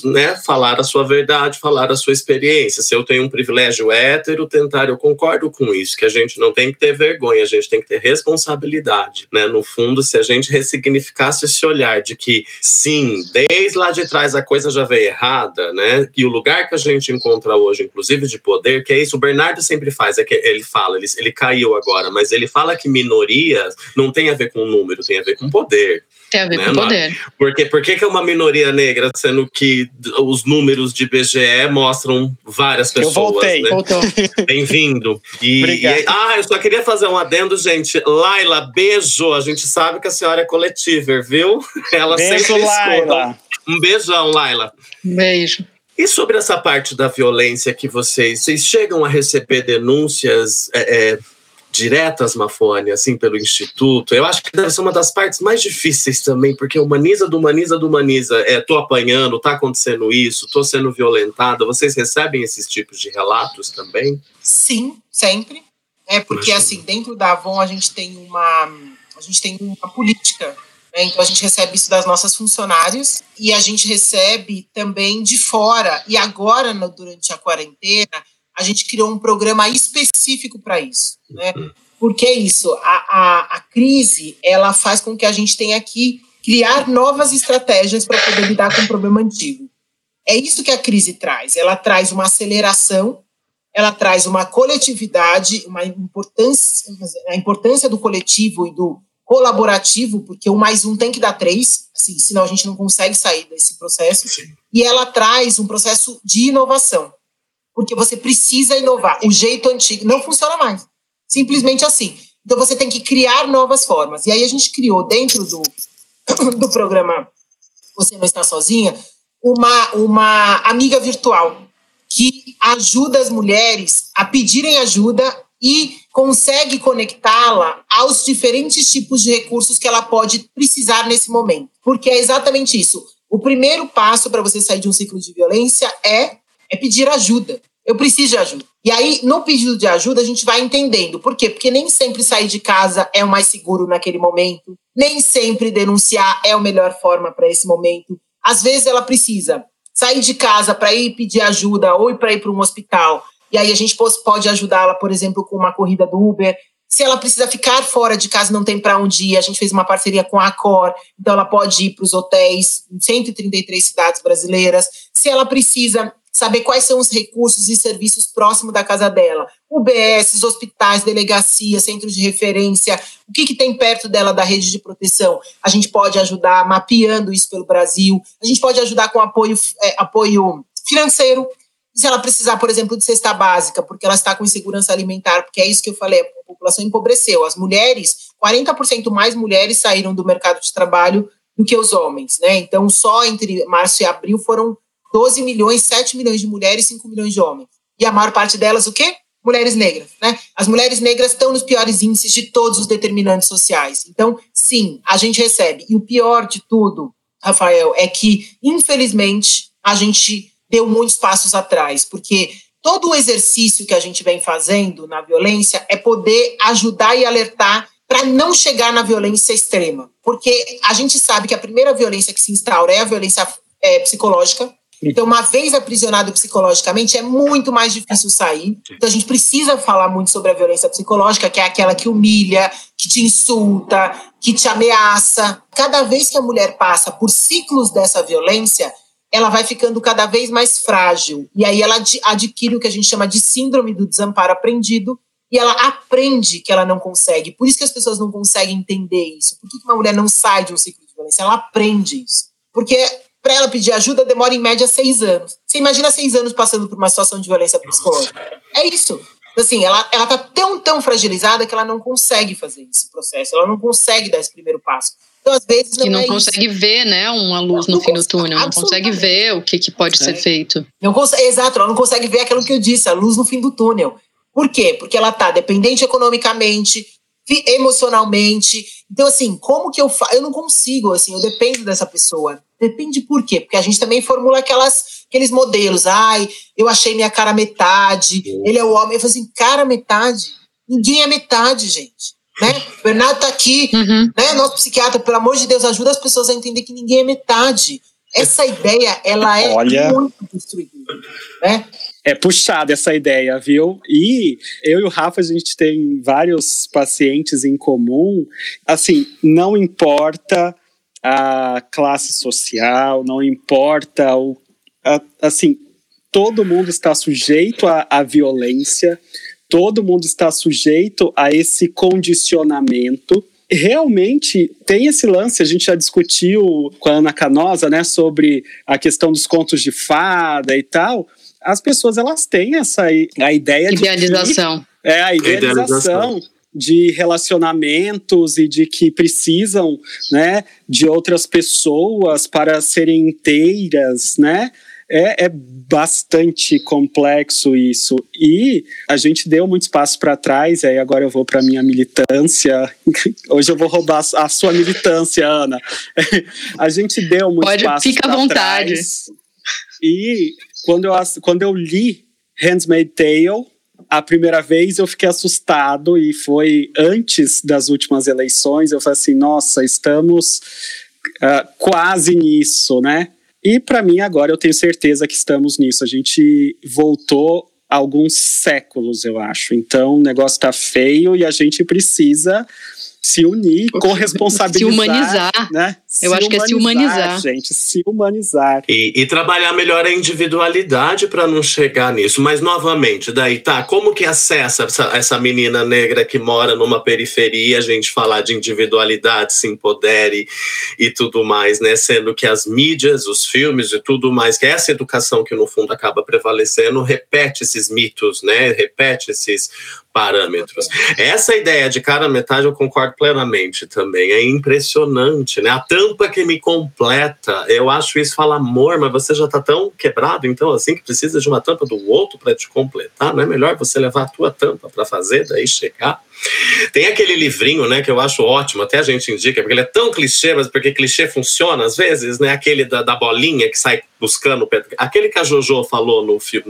falar a sua verdade, falar a sua experiência. Se eu tenho um privilégio hétero, eu concordo com isso, que a gente não tem que ter vergonha, a gente tem que ter responsabilidade, né, no fundo, se a gente ressignificasse esse olhar de que, sim, desde lá de trás a coisa já veio errada, né? E o lugar que a gente encontra hoje, inclusive de poder, que é isso, o Bernardo sempre faz, é que ele fala, ele caiu agora, mas ele fala que minorias não tem a ver com número, tem a ver com poder. Tem a ver com poder. Por que é uma minoria negra, sendo que os números de IBGE mostram várias pessoas? Eu voltei. Né? Voltou. Bem-vindo. Obrigado. Eu só queria fazer um adendo, gente. Laila, beijo. A gente sabe que a senhora é coletiver, viu? Ela beijo, sempre Laila. Escuta. Um beijão, Laila. Beijo. E sobre essa parte da violência que vocês chegam a receber denúncias diretas, Mafone, assim, pelo Instituto? Eu acho que deve ser uma das partes mais difíceis também, porque humaniza. Tô apanhando, tá acontecendo isso, tô sendo violentada. Vocês recebem esses tipos de relatos também? Sim, sempre. Porque, assim, dentro da Avon a gente tem uma política. Então a gente recebe isso das nossas funcionárias e a gente recebe também de fora. E agora, durante a quarentena, a gente criou um programa específico para isso. Né? Porque isso, a crise, ela faz com que a gente tenha que criar novas estratégias para poder lidar com o problema antigo. É isso que a crise traz. Ela traz uma aceleração, ela traz uma coletividade, a importância do coletivo e do colaborativo, porque 1 mais 1 tem que dar 3, assim, senão a gente não consegue sair desse processo. Sim. E ela traz um processo de inovação, porque você precisa inovar. O jeito antigo não funciona mais, simplesmente assim. Então você tem que criar novas formas. E aí a gente criou dentro do programa Você Não Está Sozinha uma amiga virtual que ajuda as mulheres a pedirem ajuda e consegue conectá-la aos diferentes tipos de recursos que ela pode precisar nesse momento. Porque é exatamente isso. O primeiro passo para você sair de um ciclo de violência é pedir ajuda. Eu preciso de ajuda. E aí, no pedido de ajuda, a gente vai entendendo. Por quê? Porque nem sempre sair de casa é o mais seguro naquele momento. Nem sempre denunciar é a melhor forma para esse momento. Às vezes ela precisa sair de casa para ir pedir ajuda ou para ir para um hospital. E aí a gente pode ajudá-la, por exemplo, com uma corrida do Uber. Se ela precisa ficar fora de casa, não tem para onde ir, a gente fez uma parceria com a Accor, então ela pode ir para os hotéis em 133 cidades brasileiras. Se ela precisa saber quais são os recursos e serviços próximos da casa dela, UBS, hospitais, delegacia, centros de referência, o que tem perto dela da rede de proteção, a gente pode ajudar mapeando isso pelo Brasil, a gente pode ajudar com apoio financeiro. Se ela precisar, por exemplo, de cesta básica, porque ela está com insegurança alimentar, porque é isso que eu falei, a população empobreceu. As mulheres, 40% mais mulheres saíram do mercado de trabalho do que os homens, né? Então, só entre março e abril foram 12 milhões, 7 milhões de mulheres, 5 milhões de homens. E a maior parte delas, o quê? Mulheres negras, né? As mulheres negras estão nos piores índices de todos os determinantes sociais. Então, sim, a gente recebe. E o pior de tudo, Rafael, é que, infelizmente, a gente deu muitos passos atrás, porque todo o exercício que a gente vem fazendo na violência é poder ajudar e alertar para não chegar na violência extrema. Porque a gente sabe que a primeira violência que se instaura é a violência psicológica. Então, uma vez aprisionado psicologicamente, é muito mais difícil sair. Então, a gente precisa falar muito sobre a violência psicológica, que é aquela que humilha, que te insulta, que te ameaça. Cada vez que a mulher passa por ciclos dessa violência, ela vai ficando cada vez mais frágil. E aí ela adquire o que a gente chama de síndrome do desamparo aprendido, e ela aprende que ela não consegue. Por isso que as pessoas não conseguem entender isso. Por que uma mulher não sai de um ciclo de violência? Ela aprende isso. Porque para ela pedir ajuda demora em média 6 anos. Você imagina 6 anos passando por uma situação de violência psicológica. É isso. Assim, ela tá tão fragilizada que ela não consegue fazer esse processo. Ela não consegue dar esse primeiro passo. Então, às vezes, não e não consegue ver, né, uma luz no fim do túnel. Não consegue ver o que pode ser feito. Exato, ela não consegue ver aquilo que eu disse, a luz no fim do túnel. Por quê? Porque ela tá dependente economicamente, emocionalmente. Então, assim, como que eu faço? Eu não consigo, assim, eu dependo dessa pessoa. Depende por quê? Porque a gente também formula aqueles modelos. Ai, eu achei minha cara metade, ele é o homem. Eu falo assim, cara metade? Ninguém é metade, gente. Né? O Bernardo tá aqui, né? Nosso psiquiatra, pelo amor de Deus, ajuda as pessoas a entender que ninguém é metade. Essa ideia, ela é muito destruidora, né? É puxada essa ideia, viu? E eu e o Rafa, a gente tem vários pacientes em comum. Assim, não importa a classe social, não importa assim, todo mundo está sujeito à violência, todo mundo está sujeito a esse condicionamento. Realmente tem esse lance, a gente já discutiu com a Ana Canosa, né, sobre a questão dos contos de fada e tal. As pessoas, elas têm a ideia idealização. A idealização de relacionamentos e de que precisam, né, de outras pessoas para serem inteiras, né? É bastante complexo isso. E a gente deu muito espaço para trás, aí agora eu vou para a minha militância. Hoje eu vou roubar a sua militância, Ana. A gente deu muito espaço fica à vontade. Trás. E quando eu li Handmaid's Tale, a primeira vez eu fiquei assustado, e foi antes das últimas eleições. Eu falei assim, nossa, estamos quase nisso, né? E para mim agora eu tenho certeza que estamos nisso. A gente voltou alguns séculos, eu acho. Então o negócio tá feio e a gente precisa se unir, corresponsabilizar. Se humanizar. Né? Eu acho que é se humanizar. Gente, se humanizar. E trabalhar melhor a individualidade para não chegar nisso. Mas, novamente, daí, tá, como que acessa essa menina negra que mora numa periferia, a gente falar de individualidade, se empodere e tudo mais, né? Sendo que as mídias, os filmes e tudo mais, que essa educação que, no fundo, acaba prevalecendo, repete esses mitos, né? Repete esses parâmetros. Essa ideia de cara metade eu concordo plenamente também. É impressionante, né? A tampa que me completa. Eu acho isso, fala amor, mas você já tá tão quebrado, então, assim, que precisa de uma tampa do outro para te completar. Não é melhor você levar a tua tampa para fazer, daí chegar? Tem aquele livrinho, né, que eu acho ótimo, até a gente indica, porque ele é tão clichê, mas porque clichê funciona às vezes, né? Aquele da bolinha que sai buscando. Aquele que a Jojo falou no filme.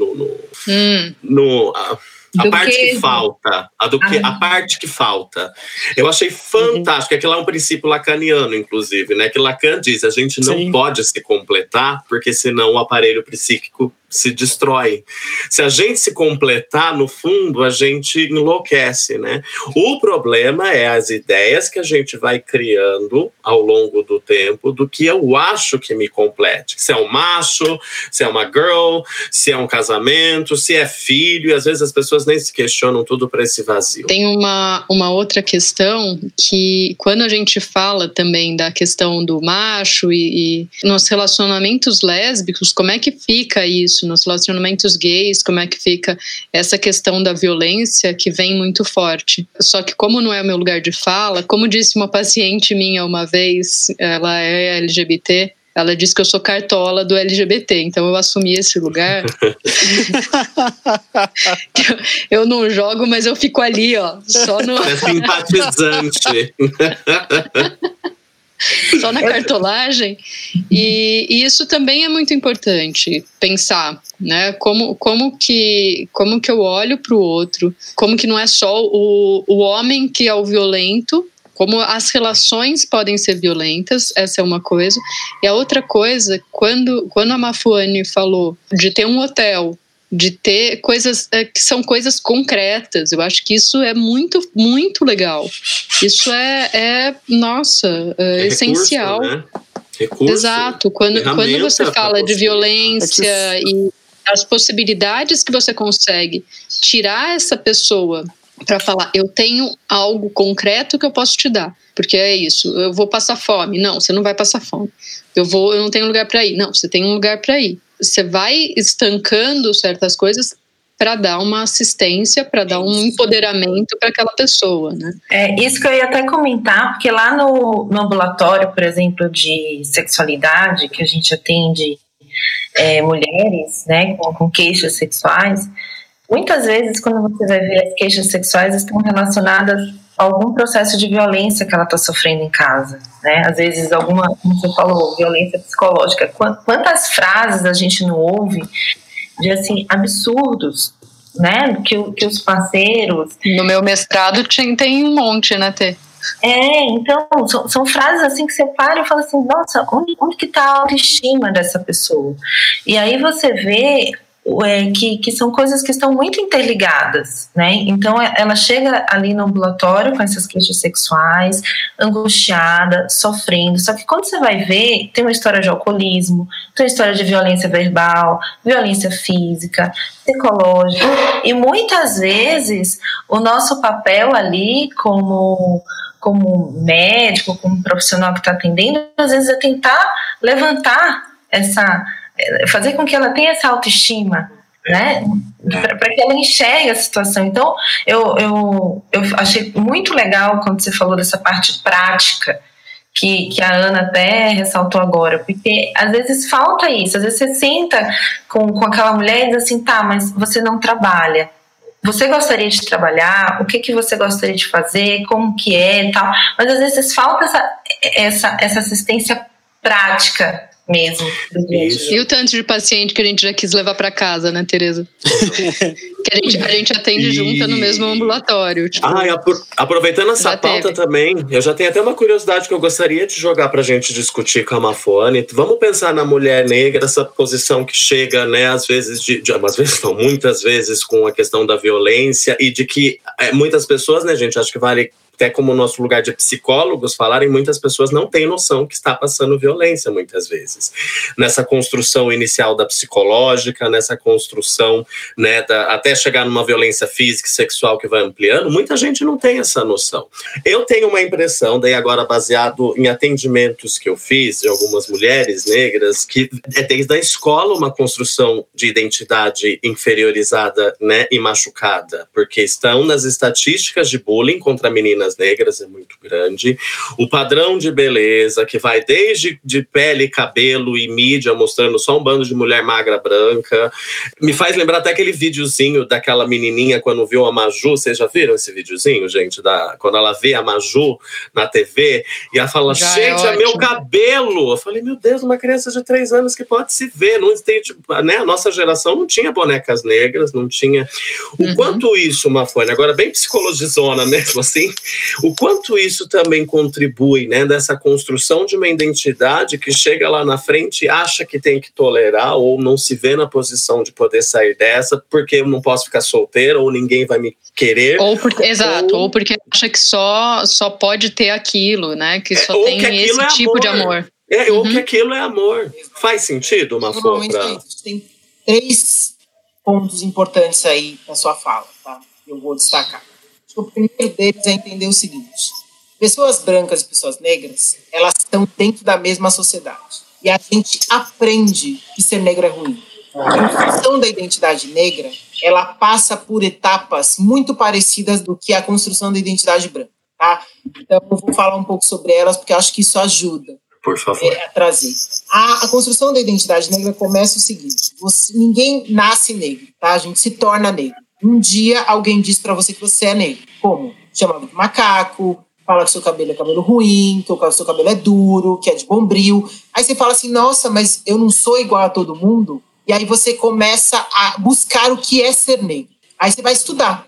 A parte que falta, a parte que falta. Eu achei fantástico. Aquilo é um princípio lacaniano, inclusive, né? Que Lacan diz, a gente não pode se completar, porque senão o aparelho psíquico se destrói. Se a gente se completar, no fundo, a gente enlouquece, né? O problema é as ideias que a gente vai criando ao longo do tempo do que eu acho que me complete. Se é um macho, se é uma girl, se é um casamento, se é filho, e às vezes as pessoas nem se questionam, tudo para esse vazio. Tem uma outra questão que, quando a gente fala também da questão do macho e nos relacionamentos lésbicos, como é que fica isso? Nos relacionamentos gays, como é que fica essa questão da violência que vem muito forte. Só que, como não é o meu lugar de fala, como disse uma paciente minha uma vez, ela é LGBT, ela disse que eu sou cartola do LGBT, então eu assumi esse lugar. Eu não jogo, mas eu fico ali, ó, só no... É simpatizante. Só na cartolagem. E isso também é muito importante pensar, né? Como que eu olho para o outro, como que não é só o homem que é o violento como as relações podem ser violentas, essa é uma coisa. E a outra coisa, quando a Mafuane falou de ter um hotel, de ter coisas que são coisas concretas, eu acho que isso é muito, muito legal. Isso é essencial. Recurso, né? Recurso, exato. Quando você fala de violência e as possibilidades que você consegue tirar essa pessoa para falar, eu tenho algo concreto que eu posso te dar, porque é isso, eu vou passar fome. Não, você não vai passar fome. Eu não tenho lugar para ir. Não, você tem um lugar para ir. Você vai estancando certas coisas para dar uma assistência, para dar um empoderamento para aquela pessoa, né? É isso que eu ia até comentar, porque lá no ambulatório, por exemplo, de sexualidade, que a gente atende mulheres, né, com queixas sexuais, muitas vezes, quando você vai ver, as queixas sexuais estão relacionadas a algum processo de violência que ela está sofrendo em casa, né? Às vezes, como você falou, violência psicológica. Quantas frases a gente não ouve de, assim, absurdos, né? Que os parceiros... No meu mestrado tem um monte, né, Tê? Então, são frases assim que você para e fala assim, nossa, onde que está a autoestima dessa pessoa? E aí você vê que são coisas que estão muito interligadas, né? Então ela chega ali no ambulatório com essas queixas sexuais, angustiada, sofrendo, só que quando você vai ver, tem uma história de alcoolismo, tem uma história de violência verbal, violência física, psicológica, e muitas vezes o nosso papel ali como médico, como profissional que está atendendo, às vezes é tentar levantar fazer com que ela tenha essa autoestima, né? Para que ela enxergue a situação. Então, eu achei muito legal quando você falou dessa parte prática, que a Ana até ressaltou agora, porque às vezes falta isso, às vezes você senta com aquela mulher e diz assim, tá, mas você não trabalha. Você gostaria de trabalhar? O que você gostaria de fazer? Como que é e tal? Mas às vezes falta essa assistência prática mesmo. E o tanto de paciente que a gente já quis levar para casa, né, Tereza? Que a gente atende junta no mesmo ambulatório. Tipo, aproveitando essa pauta também, eu já tenho até uma curiosidade que eu gostaria de jogar pra gente discutir com a Mafuane. Vamos pensar na mulher negra, essa posição que chega, né, às vezes, muitas vezes com a questão da violência e de que muitas pessoas, né, gente, acho que vale até como o nosso lugar de psicólogos falarem, muitas pessoas não têm noção que está passando violência muitas vezes. Nessa construção inicial da psicológica, nessa construção, né, até chegar numa violência física e sexual que vai ampliando, muita gente não tem essa noção. Eu tenho uma impressão, daí agora baseado em atendimentos que eu fiz de algumas mulheres negras, que é desde a escola uma construção de identidade inferiorizada, né, e machucada, porque estão nas estatísticas de bullying contra meninas negras é muito grande. O padrão de beleza, que vai desde de pele, cabelo e mídia, mostrando só um bando de mulher magra branca. Me faz lembrar até aquele videozinho daquela menininha quando viu a Maju. Vocês já viram esse videozinho, gente? Quando ela vê a Maju na TV e ela fala, gente, é meu cabelo. Eu falei, meu Deus, uma criança de 3 anos que pode se ver. Não tem, né? A nossa geração não tinha bonecas negras, não tinha... O quanto isso, Mafuane, agora bem psicologizona mesmo assim, o quanto isso também contribui, né, dessa construção de uma identidade que chega lá na frente e acha que tem que tolerar ou não se vê na posição de poder sair dessa porque eu não posso ficar solteira ou ninguém vai me querer. Ou porque acha que só pode ter aquilo, né, que só tem esse tipo de amor. Ou que aquilo é amor. Faz sentido, Mafuane? Tem 3 pontos importantes aí na sua fala, tá? Eu vou destacar. O primeiro deles é entender o seguinte: pessoas brancas e pessoas negras, elas estão dentro da mesma sociedade. E a gente aprende que ser negro é ruim. A construção da identidade negra, ela passa por etapas muito parecidas do que a construção da identidade branca, tá? Então eu vou falar um pouco sobre elas, porque eu acho que isso ajuda. Por favor. A trazer. A construção da identidade negra começa o seguinte: ninguém nasce negro, tá? A gente se torna negro. Um dia alguém diz pra você que você é negro. Como? Chama de macaco, fala que seu cabelo é cabelo ruim, que o seu cabelo é duro, que é de bombril. Aí você fala assim, nossa, mas eu não sou igual a todo mundo. E aí você começa a buscar o que é ser negro. Aí você vai estudar.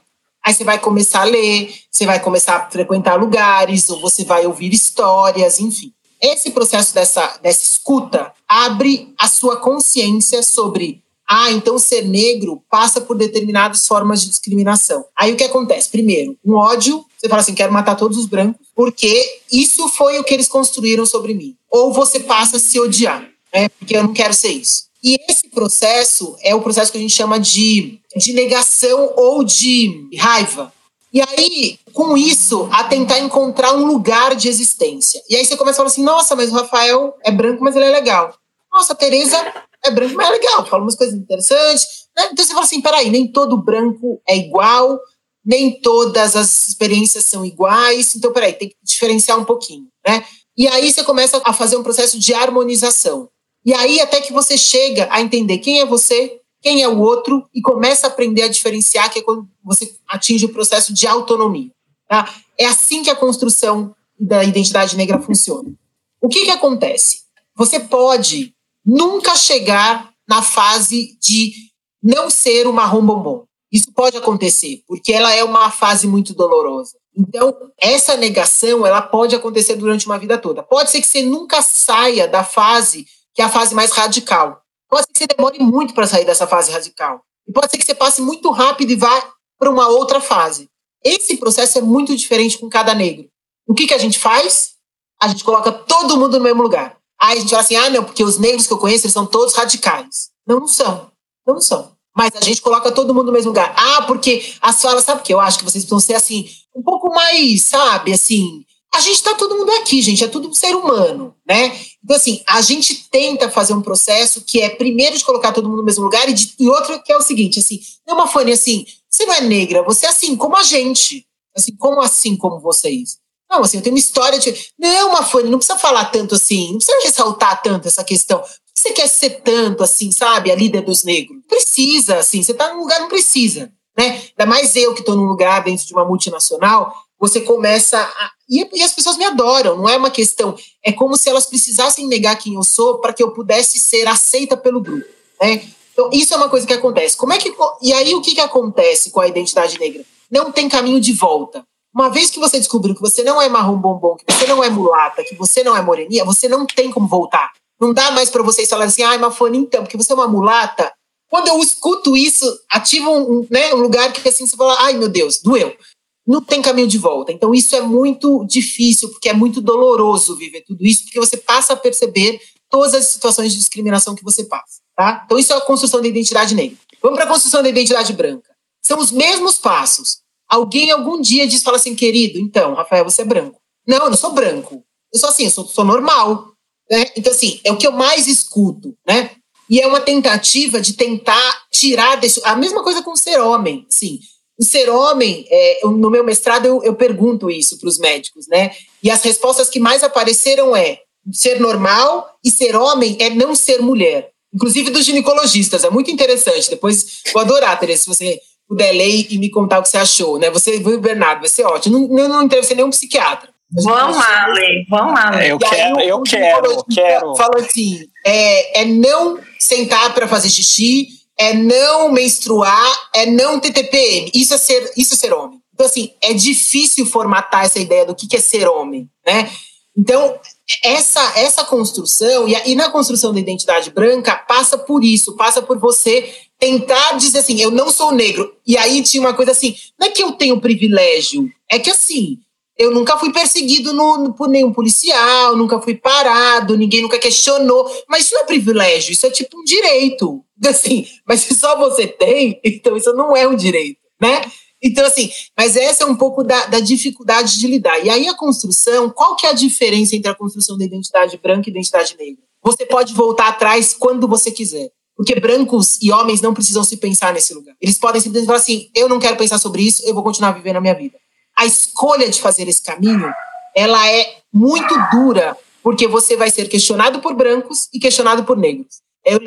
Aí você vai começar a ler, você vai começar a frequentar lugares, ou você vai ouvir histórias, enfim. Esse processo dessa escuta abre a sua consciência sobre, então ser negro passa por determinadas formas de discriminação. Aí o que acontece? Primeiro, um ódio, você fala assim, quero matar todos os brancos, porque isso foi o que eles construíram sobre mim. Ou você passa a se odiar, né? Porque eu não quero ser isso. E esse processo é o processo que a gente chama de negação ou de raiva. E aí, com isso, a tentar encontrar um lugar de existência. E aí você começa a falar assim, nossa, mas o Rafael é branco, mas ele é legal. Nossa, a Tereza é branca, mas é legal, fala umas coisas interessantes. Né? Então você fala assim, peraí, nem todo branco é igual, nem todas as experiências são iguais, então peraí, tem que diferenciar um pouquinho, né? E aí você começa a fazer um processo de harmonização. E aí até que você chega a entender quem é você, quem é o outro, e começa a aprender a diferenciar, que é quando você atinge o processo de autonomia. Tá? É assim que a construção da identidade negra funciona. O que acontece? Você pode nunca chegar na fase de não ser o marrom bombom. Isso pode acontecer, porque ela é uma fase muito dolorosa. Então, essa negação, ela pode acontecer durante uma vida toda. Pode ser que você nunca saia da fase que é a fase mais radical. Pode ser que você demore muito para sair dessa fase radical. E pode ser que você passe muito rápido e vá para uma outra fase. Esse processo é muito diferente com cada negro. O que a gente faz? A gente coloca todo mundo no mesmo lugar. Aí a gente fala assim, não, porque os negros que eu conheço, eles são todos radicais. Não são. Não são. Mas a gente coloca todo mundo no mesmo lugar. Porque as falas, sabe o que eu acho que vocês precisam ser assim, um pouco mais, sabe, assim... A gente tá todo mundo aqui, gente, é tudo um ser humano, né? Então, assim, a gente tenta fazer um processo que é, primeiro, de colocar todo mundo no mesmo lugar e outro que é o seguinte, assim, não é uma Fanny, assim, você não é negra, você é assim como a gente, assim como vocês. Não, assim, eu tenho uma história de... Não, uma Fanny, não precisa falar tanto assim, não precisa ressaltar tanto essa questão. Você quer ser tanto, assim, sabe, a líder dos negros? Precisa, assim, você tá num lugar, não precisa, né? Ainda mais eu que tô num lugar dentro de uma multinacional, você começa a... E as pessoas me adoram, não é uma questão... É como se elas precisassem negar quem eu sou para que eu pudesse ser aceita pelo grupo, né? Então, isso é uma coisa que acontece. E aí, o que acontece com a identidade negra? Não tem caminho de volta. Uma vez que você descobriu que você não é marrom bombom, que você não é mulata, que você não é moreninha, você não tem como voltar. Não dá mais para vocês falarem assim, Mafone, então, porque você é uma mulata. Quando eu escuto isso, ativa um lugar que assim, você fala, meu Deus, doeu. Não tem caminho de volta. Então, isso é muito difícil, porque é muito doloroso viver tudo isso, porque você passa a perceber todas as situações de discriminação que você passa. Tá? Então, isso é a construção da identidade negra. Vamos para a construção da identidade branca. São os mesmos passos. Alguém algum dia fala assim, querido, então, Rafael, você é branco. Não, eu não sou branco. Eu sou assim, eu sou normal. Né? Então, assim, é o que eu mais escuto, né? E é uma tentativa de tentar tirar desse... A mesma coisa com o ser homem, sim. O ser homem, no meu mestrado eu pergunto isso para os médicos, né? E as respostas que mais apareceram é ser normal e ser homem é não ser mulher. Inclusive dos ginecologistas, é muito interessante. Depois vou adorar, Tereza, se você puder ler e me contar o que você achou, né? Você viu o Bernardo, vai ser ótimo. Não entrevistei nenhum psiquiatra. Vamos lá, Lê. Eu quero. Fala assim, é não sentar para fazer xixi, é não menstruar, é não ter TPM. Isso é ser homem. Então, assim, é difícil formatar essa ideia do que é ser homem, né? Então, essa construção, e na construção da identidade branca, passa por isso, passa por você tentar dizer assim, eu não sou negro. E aí tinha uma coisa assim, não é que eu tenho privilégio, é que assim... Eu nunca fui perseguido por nenhum policial, nunca fui parado, ninguém nunca questionou. Mas isso não é privilégio, isso é tipo um direito. Assim, mas se só você tem, então isso não é um direito, né? Então, assim, mas essa é um pouco da dificuldade de lidar. E aí a construção, qual que é a diferença entre a construção da identidade branca e identidade negra? Você pode voltar atrás quando você quiser. Porque brancos e homens não precisam se pensar nesse lugar. Eles podem simplesmente falar assim, eu não quero pensar sobre isso, eu vou continuar vivendo a minha vida. A escolha de fazer esse caminho, ela é muito dura, porque você vai ser questionado por brancos e questionado por negros.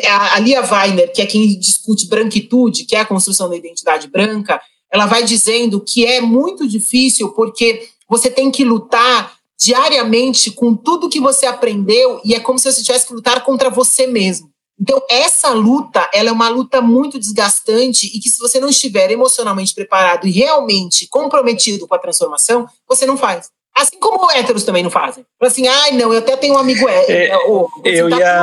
A Lia Weiner, que é quem discute branquitude, que é a construção da identidade branca, ela vai dizendo que é muito difícil porque você tem que lutar diariamente com tudo que você aprendeu e é como se você tivesse que lutar contra você mesmo. Então, essa luta, ela é uma luta muito desgastante e que se você não estiver emocionalmente preparado e realmente comprometido com a transformação, você não faz. Assim como héteros também não fazem. Assim, não, eu até tenho um amigo hétero. Eu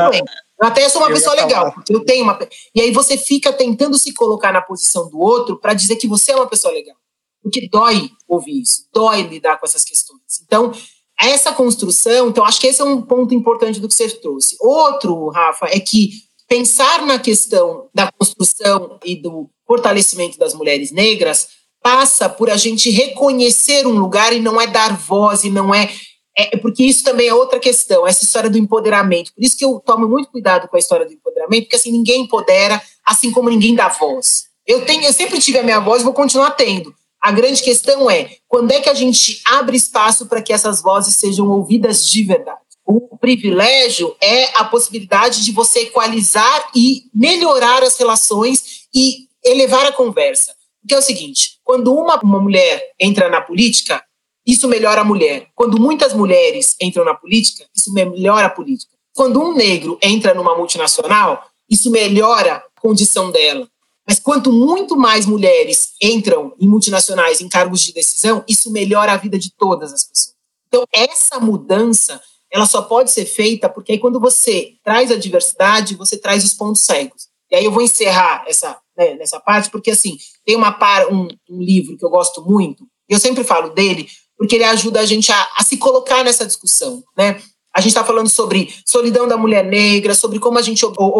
até sou uma pessoa legal. Eu tenho uma... E aí você fica tentando se colocar na posição do outro para dizer que você é uma pessoa legal. Porque dói ouvir isso, dói lidar com essas questões. Então, essa construção, acho que esse é um ponto importante do que você trouxe. Outro, Rafa, é que pensar na questão da construção e do fortalecimento das mulheres negras passa por a gente reconhecer um lugar e não é dar voz, e não porque isso também é outra questão, essa história do empoderamento. Por isso que eu tomo muito cuidado com a história do empoderamento, porque assim, ninguém empodera, assim como ninguém dá voz. Eu sempre tive a minha voz e vou continuar tendo. A grande questão é, quando é que a gente abre espaço para que essas vozes sejam ouvidas de verdade? O privilégio é a possibilidade de você equalizar e melhorar as relações e elevar a conversa. Porque é o seguinte, quando uma mulher entra na política, isso melhora a mulher. Quando muitas mulheres entram na política, isso melhora a política. Quando um negro entra numa multinacional, isso melhora a condição dela. Mas quanto muito mais mulheres entram em multinacionais, em cargos de decisão, isso melhora a vida de todas as pessoas. Então, essa mudança, ela só pode ser feita porque aí quando você traz a diversidade, você traz os pontos cegos. E aí eu vou encerrar nessa parte, porque assim, tem um livro que eu gosto muito, e eu sempre falo dele, porque ele ajuda a gente a se colocar nessa discussão, né? A gente está falando sobre solidão da mulher negra, sobre como a gente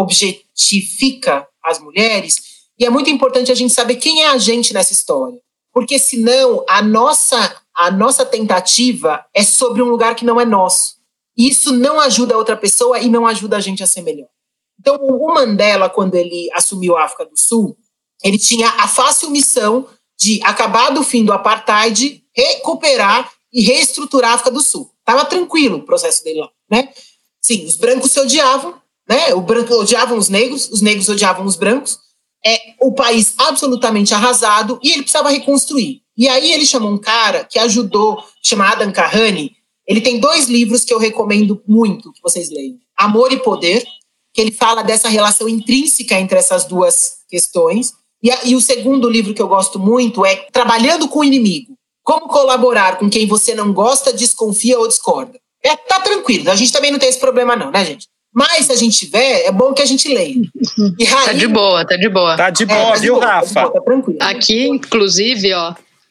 objetifica as mulheres, e é muito importante a gente saber quem é a gente nessa história. Porque senão a nossa tentativa é sobre um lugar que não é nosso. E isso não ajuda a outra pessoa e não ajuda a gente a ser melhor. Então, o Mandela, quando ele assumiu a África do Sul, ele tinha a fácil missão de acabar do fim do apartheid, recuperar e reestruturar a África do Sul. Estava tranquilo o processo dele lá, né? Sim, os brancos se odiavam, né? Os brancos odiavam os negros odiavam os brancos. O país absolutamente arrasado e ele precisava reconstruir. E aí ele chamou um cara que ajudou, chama Adam Kahane. Ele tem 2 livros que eu recomendo muito que vocês leiam. Amor e Poder, que ele fala dessa relação intrínseca entre essas duas questões. E o segundo livro que eu gosto muito é Trabalhando com o Inimigo. Como colaborar com quem você não gosta, desconfia ou discorda. Tá tranquilo, a gente também não tem esse problema não, né, gente? Mas se a gente tiver, é bom que a gente leia. E Raí, tá de boa. Tá de boa, viu, Rafa? Tá tranquilo. Aqui, inclusive, ó.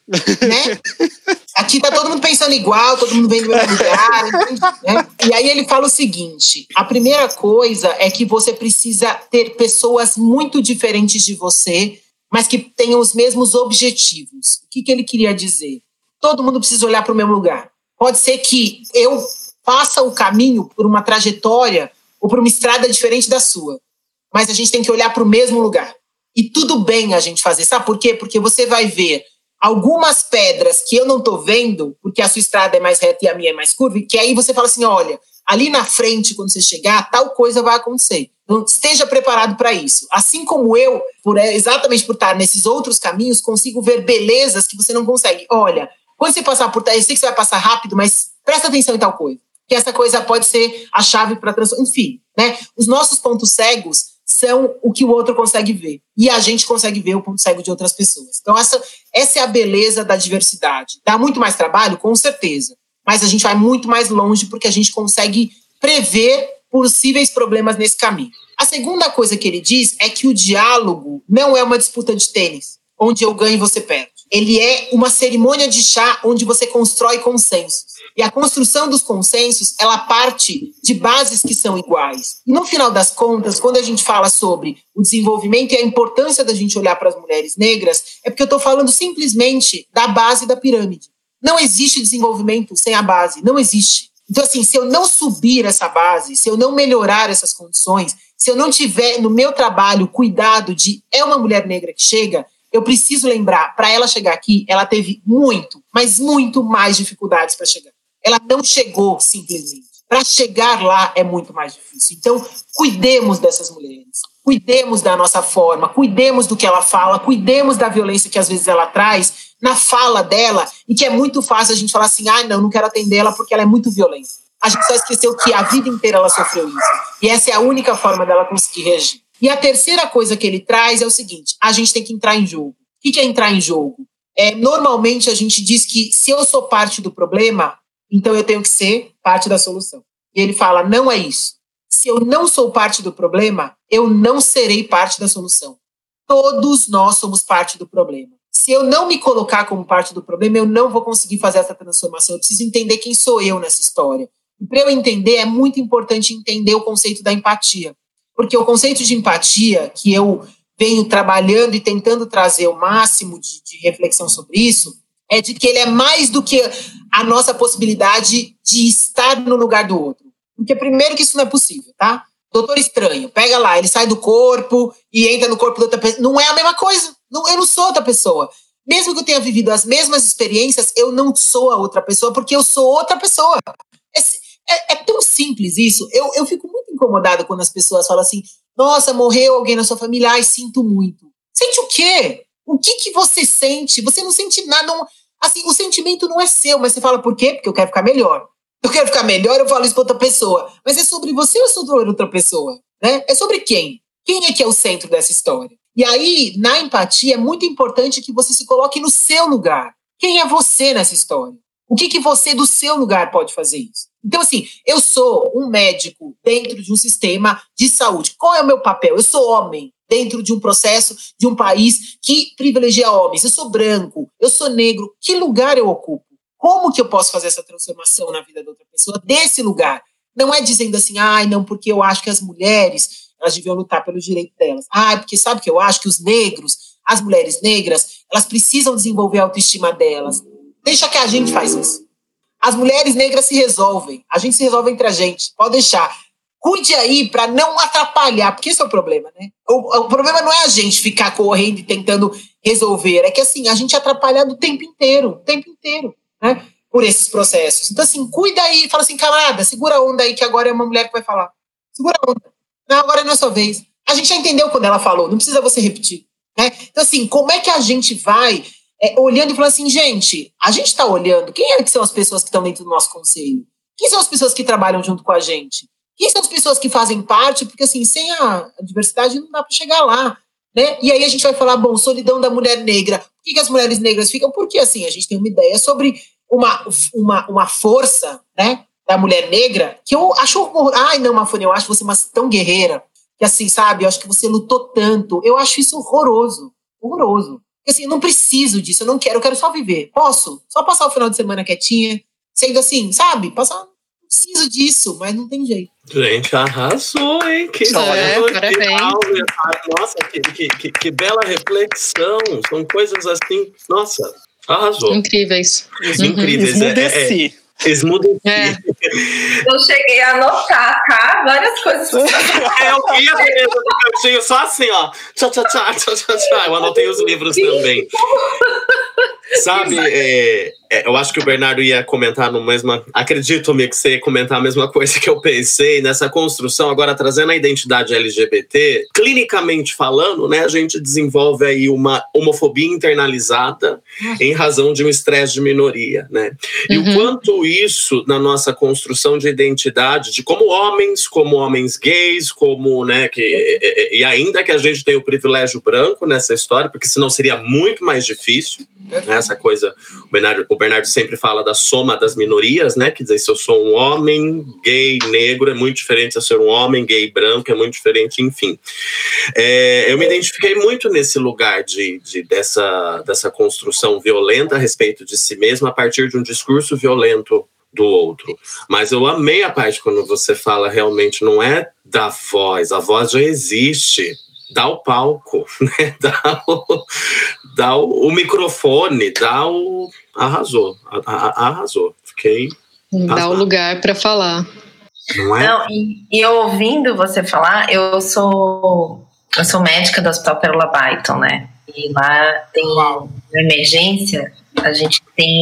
Né? Aqui tá todo mundo pensando igual, todo mundo vem do mesmo lugar, né? E aí ele fala o seguinte, a primeira coisa é que você precisa ter pessoas muito diferentes de você, mas que tenham os mesmos objetivos. O que ele queria dizer? Todo mundo precisa olhar para o mesmo lugar. Pode ser que eu faça o caminho por uma trajetória ou por uma estrada diferente da sua, mas a gente tem que olhar para o mesmo lugar. E tudo bem a gente fazer. Sabe por quê? Porque você vai ver algumas pedras que eu não estou vendo, porque a sua estrada é mais reta e a minha é mais curva, que aí você fala assim, olha, ali na frente, quando você chegar, tal coisa vai acontecer. Então, esteja preparado para isso. Assim como eu, exatamente por estar nesses outros caminhos, consigo ver belezas que você não consegue. Olha, quando você passar por... Eu sei que você vai passar rápido, mas presta atenção em tal coisa. Que essa coisa pode ser a chave para a transformação. Enfim, né? Os nossos pontos cegos são o que o outro consegue ver. E a gente consegue ver o ponto cego de outras pessoas. Então, essa é a beleza da diversidade. Dá muito mais trabalho? Com certeza. Mas a gente vai muito mais longe porque a gente consegue prever possíveis problemas nesse caminho. A segunda coisa que ele diz é que o diálogo não é uma disputa de tênis, onde eu ganho e você perde. Ele é uma cerimônia de chá onde você constrói consensos. E a construção dos consensos, ela parte de bases que são iguais. E no final das contas, quando a gente fala sobre o desenvolvimento e a importância da gente olhar para as mulheres negras, é porque eu estou falando simplesmente da base da pirâmide. Não existe desenvolvimento sem a base, não existe. Então, assim, se eu não subir essa base, se eu não melhorar essas condições, se eu não tiver no meu trabalho cuidado de é uma mulher negra que chega, eu preciso lembrar, para ela chegar aqui, ela teve muito, mas muito mais dificuldades para chegar. Ela não chegou simplesmente. Para chegar lá é muito mais difícil. Então, cuidemos dessas mulheres, cuidemos da nossa forma, cuidemos do que ela fala, cuidemos da violência que às vezes ela traz na fala dela e que é muito fácil a gente falar assim, não quero atender ela porque ela é muito violenta. A gente só esqueceu que a vida inteira ela sofreu isso. E essa é a única forma dela conseguir reagir. E a terceira coisa que ele traz é o seguinte, a gente tem que entrar em jogo. O que é entrar em jogo? Normalmente a gente diz que se eu sou parte do problema, então eu tenho que ser parte da solução. E ele fala, não é isso. Se eu não sou parte do problema, eu não serei parte da solução. Todos nós somos parte do problema. Se eu não me colocar como parte do problema, eu não vou conseguir fazer essa transformação. Eu preciso entender quem sou eu nessa história. E para eu entender, é muito importante entender o conceito da empatia. Porque o conceito de empatia, que eu venho trabalhando e tentando trazer o máximo de reflexão sobre isso, é de que ele é mais do que a nossa possibilidade de estar no lugar do outro. Porque primeiro que isso não é possível, tá? Doutor Estranho, pega lá, ele sai do corpo e entra no corpo de outra pessoa. Não é a mesma coisa. Eu não sou outra pessoa. Mesmo que eu tenha vivido as mesmas experiências, eu não sou a outra pessoa, porque eu sou outra pessoa. É tão simples isso. Eu fico muito incomodada quando as pessoas falam assim, nossa, morreu alguém na sua família, ai, sinto muito. Sente o quê? O que você sente? Você não sente nada. Não, assim, o sentimento não é seu, mas você fala por quê? Porque eu quero ficar melhor. Eu quero ficar melhor, eu falo isso para outra pessoa. Mas é sobre você ou é sobre outra pessoa? Né? É sobre quem? Quem é que é o centro dessa história? E aí, na empatia, é muito importante que você se coloque no seu lugar. Quem é você nessa história? O que você, do seu lugar, pode fazer isso? Então, assim, eu sou um médico dentro de um sistema de saúde. Qual é o meu papel? Eu sou homem dentro de um processo de um país que privilegia homens. Eu sou branco, eu sou negro. Que lugar eu ocupo? Como que eu posso fazer essa transformação na vida da outra pessoa desse lugar? Não é dizendo assim, não, porque eu acho que as mulheres, elas deviam lutar pelo direito delas. Porque sabe que eu acho que os negros, as mulheres negras, elas precisam desenvolver a autoestima delas. Deixa que a gente faz isso. As mulheres negras se resolvem. A gente se resolve entre a gente. Pode deixar. Cuide aí para não atrapalhar, porque esse é o problema, né? O problema não é a gente ficar correndo e tentando resolver. É que, assim, a gente é atrapalhado o tempo inteiro, né? Por esses processos. Então, assim, cuida aí. Fala assim, camarada, segura a onda aí, que agora é uma mulher que vai falar. Segura a onda. Não, agora não é sua vez. A gente já entendeu quando ela falou. Não precisa você repetir, né? Então, assim, como é que a gente vai... olhando e falando assim, gente, a gente está olhando, quem é que são as pessoas que estão dentro do nosso conselho? Quem são as pessoas que trabalham junto com a gente? Quem são as pessoas que fazem parte? Porque assim, sem a diversidade não dá para chegar lá, né? E aí a gente vai falar, bom, solidão da mulher negra. Por que as mulheres negras ficam? Porque assim, a gente tem uma ideia sobre uma força, né, da mulher negra, que eu acho, não, Mafone, eu acho você tão guerreira, que assim, sabe, eu acho que você lutou tanto, eu acho isso horroroso. Assim, eu não preciso disso, eu quero só viver. Posso? Só passar o final de semana quietinha, sendo assim, sabe? Não preciso disso, mas não tem jeito. Gente, arrasou, hein? Que parabéns. Nossa, que bela reflexão. São coisas assim, nossa, arrasou. Incríveis. Incríveis. Esmudeci. Eu cheguei a anotar, tá? Várias coisas. Eu vi a beleza do cantinho só assim, ó. Eu anotei os livros também. Sabe, eu acho que o Bernardo ia comentar no mesmo... Acredito-me que você ia comentar a mesma coisa que eu pensei nessa construção. Agora, trazendo a identidade LGBT, clinicamente falando, né, a gente desenvolve aí uma homofobia internalizada em razão de um estresse de minoria, né? E o quanto isso, na nossa construção de identidade, de como homens gays, como, né, e ainda que a gente tenha o privilégio branco nessa história, porque senão seria muito mais difícil, né, essa coisa, o Bernardo sempre fala da soma das minorias, né, quer dizer, se eu sou um homem gay, negro, é muito diferente se eu sou um homem gay, branco, é muito diferente, enfim. Eu me identifiquei muito nesse lugar dessa construção violenta a respeito de si mesmo a partir de um discurso violento do outro. Mas eu amei a parte quando você fala realmente não é da voz, a voz já existe, dá o palco, né? dá o microfone, arrasou, fiquei dá o lugar para falar. Não é? Não, e ouvindo você falar, eu sou médica do Hospital Pérola Byton, né? E lá tem uma emergência, a gente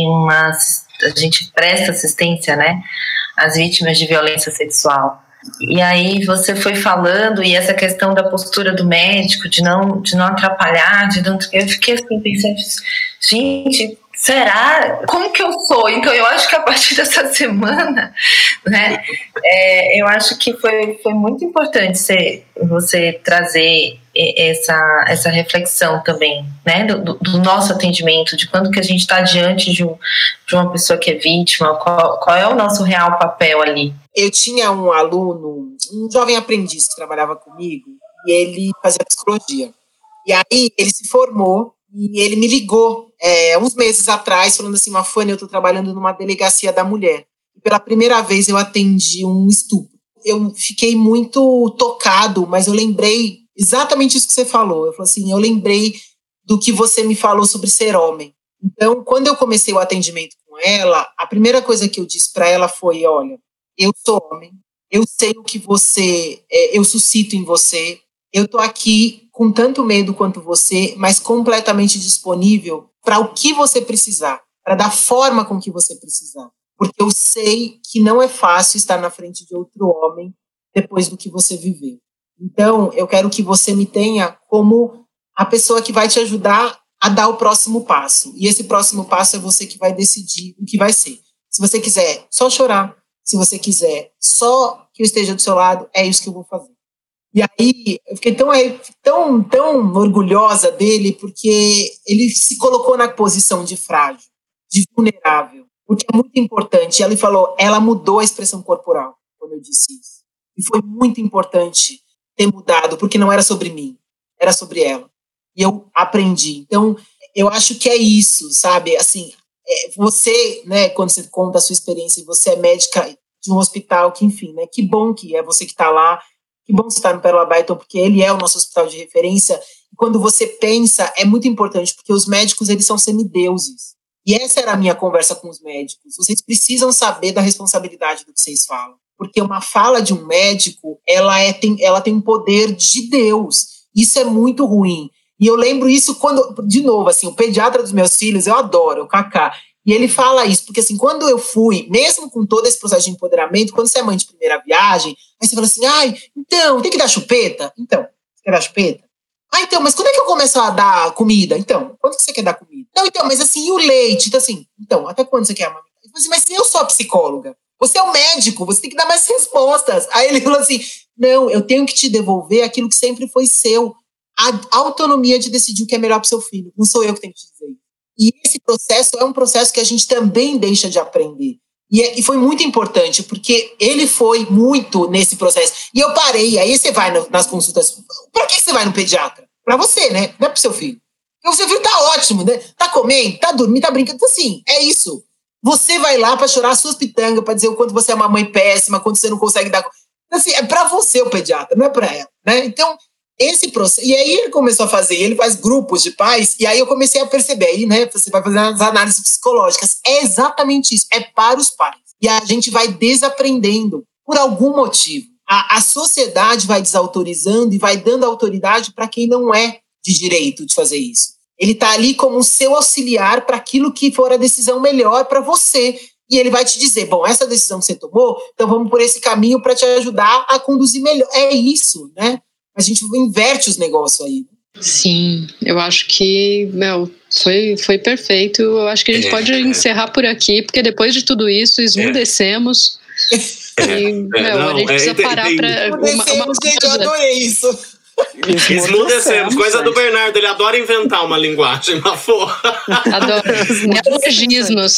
presta assistência, né, às vítimas de violência sexual. E aí você foi falando, e essa questão da postura do médico, de não atrapalhar, eu fiquei assim, pensando, gente, será? Como que eu sou? Então, eu acho que a partir dessa semana, né, eu acho que foi muito importante você trazer essa reflexão também, né, do nosso atendimento, de quando que a gente está diante de uma pessoa que é vítima, qual é o nosso real papel ali. Eu tinha um aluno, um jovem aprendiz que trabalhava comigo, e ele fazia psicologia. E aí ele se formou e ele me ligou uns meses atrás, falando assim: Mafane, eu estou trabalhando numa delegacia da mulher. E pela primeira vez eu atendi um estupro. Eu fiquei muito tocado, mas eu lembrei exatamente isso que você falou. Eu falei assim, eu lembrei do que você me falou sobre ser homem. Então, quando eu comecei o atendimento com ela, a primeira coisa que eu disse para ela foi: olha, eu sou homem, eu sei o que eu suscito em você, eu estou aqui com tanto medo quanto você, mas completamente disponível para o que você precisar, para dar forma com que você precisar. Porque eu sei que não é fácil estar na frente de outro homem depois do que você viveu. Então, eu quero que você me tenha como a pessoa que vai te ajudar a dar o próximo passo. E esse próximo passo é você que vai decidir o que vai ser. Se você quiser só chorar, se você quiser só que eu esteja do seu lado, é isso que eu vou fazer. E aí, eu fiquei tão orgulhosa dele, porque ele se colocou na posição de frágil, de vulnerável, porque é muito importante. E ele falou, ela mudou a expressão corporal quando eu disse isso. E foi muito importante ter mudado, porque não era sobre mim, era sobre ela. E eu aprendi. Então, eu acho que é isso, sabe? Assim, você, né, quando você conta a sua experiência, e você é médica de um hospital, que enfim, né, que bom que é você que está lá, que bom você estar no Pérola Byton, porque ele é o nosso hospital de referência. E quando você pensa, é muito importante, porque os médicos, eles são semideuses. E essa era a minha conversa com os médicos. Vocês precisam saber da responsabilidade do que vocês falam. Porque uma fala de um médico, ela tem um poder de Deus. Isso é muito ruim. E eu lembro isso quando, de novo, assim, o pediatra dos meus filhos, eu adoro, o Kaká. E ele fala isso, porque assim, quando eu fui, mesmo com todo esse processo de empoderamento, quando você é mãe de primeira viagem, aí você fala assim, então, tem que dar chupeta? Então, você quer dar chupeta? Então, mas quando é que eu começo a dar comida? Então, quando que você quer dar comida? Não, então, mas assim, e o leite? Então, assim, até quando você quer amamentar? Eu falei assim, mas eu sou a psicóloga, você é o médico, você tem que dar mais respostas. Aí ele falou assim, não, eu tenho que te devolver aquilo que sempre foi seu, a autonomia de decidir o que é melhor para o seu filho. Não sou eu que tenho que te dizer. E esse processo é um processo que a gente também deixa de aprender. E foi muito importante, porque ele foi muito nesse processo. E eu parei, aí você vai nas consultas. Para que você vai no pediatra? Para você, né? Não é para o seu filho. Porque o seu filho tá ótimo, né? Tá comendo, tá dormindo, tá brincando. Então, assim, é isso. Você vai lá para chorar suas pitangas, para dizer o quanto você é uma mãe péssima, quanto você não consegue dar... Então, assim, é para você o pediatra, não é para ela, né? Então, esse processo... E aí ele começou a fazer, ele faz grupos de pais, e aí eu comecei a perceber, aí, né, você vai fazer as análises psicológicas. É exatamente isso, é para os pais. E a gente vai desaprendendo por algum motivo. A sociedade vai desautorizando e vai dando autoridade para quem não é de direito de fazer isso. Ele está ali como o seu auxiliar para aquilo que for a decisão melhor para você. E ele vai te dizer, bom, essa decisão que você tomou, então vamos por esse caminho para te ajudar a conduzir melhor. É isso, né? A gente inverte os negócios aí. Sim, eu acho que, foi perfeito. Eu acho que a gente pode encerrar por aqui, porque depois de tudo isso, esmudecemos. A gente precisa parar para... Eu adorei isso. Esmudecemos, coisa do Bernardo, ele adora inventar uma linguagem, uma forra. Adoro. Neologismos,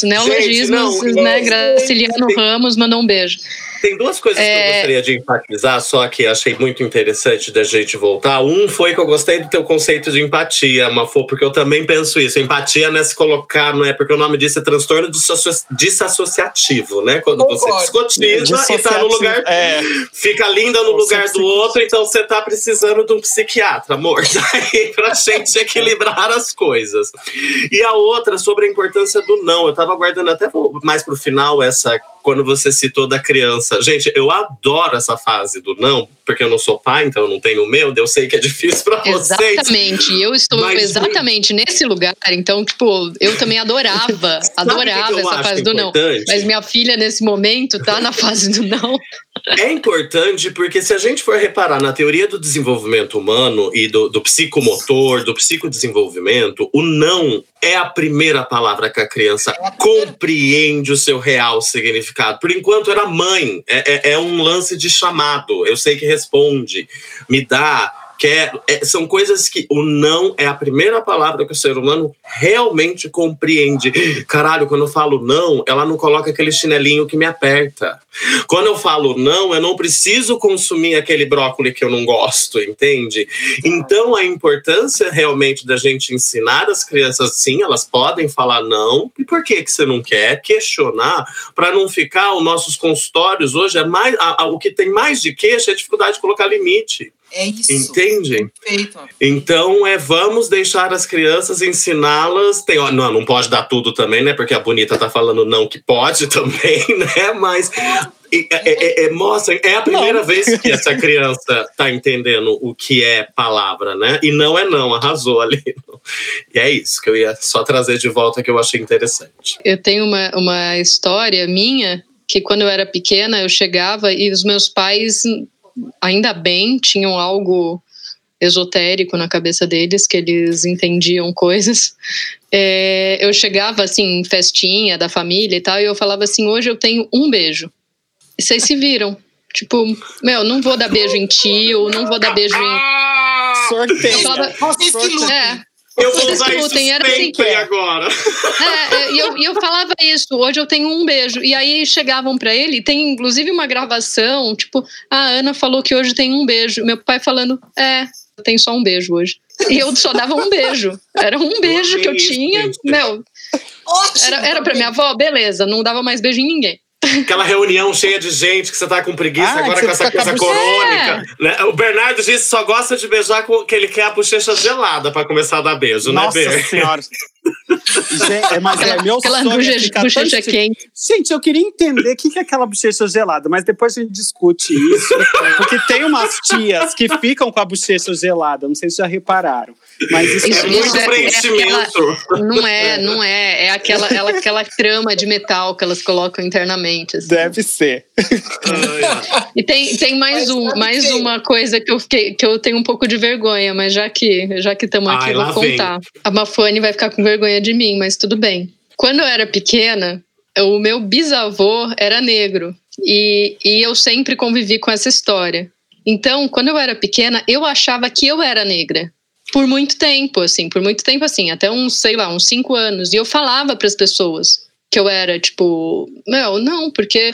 né? Graciliano Ramos mandou um beijo. Tem duas coisas que eu gostaria de enfatizar, só que achei muito interessante da gente voltar. Um foi que eu gostei do teu conceito de empatia, Mafô, porque eu também penso isso. Empatia não é se colocar, não é porque o nome disso é transtorno disassociativo, né? Quando você discotiza e tá no lugar, fica linda no lugar do outro, então você tá precisando de um psiquiatra, amor, aí pra gente equilibrar as coisas. E a outra, sobre a importância do não. Eu tava guardando até mais pro final essa, quando você citou da criança. Gente, eu adoro essa fase do não, porque eu não sou pai, então eu não tenho o meu, eu sei que é difícil pra vocês. Exatamente, eu estou exatamente nesse lugar, então, tipo, eu também adorava essa fase do não. Mas minha filha, nesse momento, tá na fase do não. É importante porque se a gente for reparar na teoria do desenvolvimento humano e do psicomotor, do psicodesenvolvimento, o não é a primeira palavra que a criança compreende o seu real significado. Por enquanto era mãe, é um lance de chamado, eu sei que responde, me dá, quero. São coisas que o não é a primeira palavra que o ser humano realmente compreende. Caralho, quando eu falo não, ela não coloca aquele chinelinho que me aperta. Quando eu falo não, eu não preciso consumir aquele brócolis que eu não gosto, entende? Então a importância realmente da gente ensinar as crianças, sim, elas podem falar não. E por que você não quer? Questionar, para não ficar, os nossos consultórios hoje, o que tem mais de queixa é a dificuldade de colocar limite. É isso. Entende? Perfeito. Então, vamos deixar as crianças, ensiná-las. Não pode dar tudo também, né? Porque a Bonita tá falando não que pode também, né? Mas mostra, é a primeira vez que essa criança tá entendendo o que é palavra, né? E não é não, arrasou ali. E é isso que eu ia só trazer de volta, que eu achei interessante. Eu tenho uma história minha, que quando eu era pequena, eu chegava e os meus pais, ainda bem, tinham algo esotérico na cabeça deles, que eles entendiam coisas. Eu chegava assim em festinha da família e tal, e eu falava assim: hoje eu tenho um beijo. E vocês se viram. Tipo, não vou dar beijo em tio, não vou dar beijo em... Sorteio. Vocês que lutem. Eu vou usar isso bem agora. E eu falava isso, hoje eu tenho um beijo. E aí chegavam pra ele, tem inclusive uma gravação, tipo, a Ana falou que hoje tem um beijo. Meu pai falando, eu tenho só um beijo hoje. E eu só dava um beijo. Era um beijo que eu tinha. Era pra minha avó, beleza, não dava mais beijo em ninguém. Aquela reunião cheia de gente que você tá com preguiça agora com essa coisa crônica. Né? O Bernardo disse que só gosta de beijar que ele quer a bochecha gelada pra começar a dar beijo, Nossa, né, Nossa Senhora. Mas meu sonho ficar bochecha quente. Gente, eu queria entender o que é aquela bochecha gelada, mas depois a gente discute isso. Porque tem umas tias que ficam com a bochecha gelada, não sei se já repararam. Mas isso é muito preenchimento. Não é. É aquela trama de metal que elas colocam internamente. Assim. Deve ser. E tem mais uma coisa que eu tenho um pouco de vergonha, mas já que estamos aqui, eu vou contar. A Mafane vai ficar com vergonha de mim, mas tudo bem. Quando eu era pequena, o meu bisavô era negro. E eu sempre convivi com essa história. Então, quando eu era pequena, eu achava que eu era negra. Por muito tempo, assim, até uns 5 anos. E eu falava para as pessoas que eu era, tipo, não, porque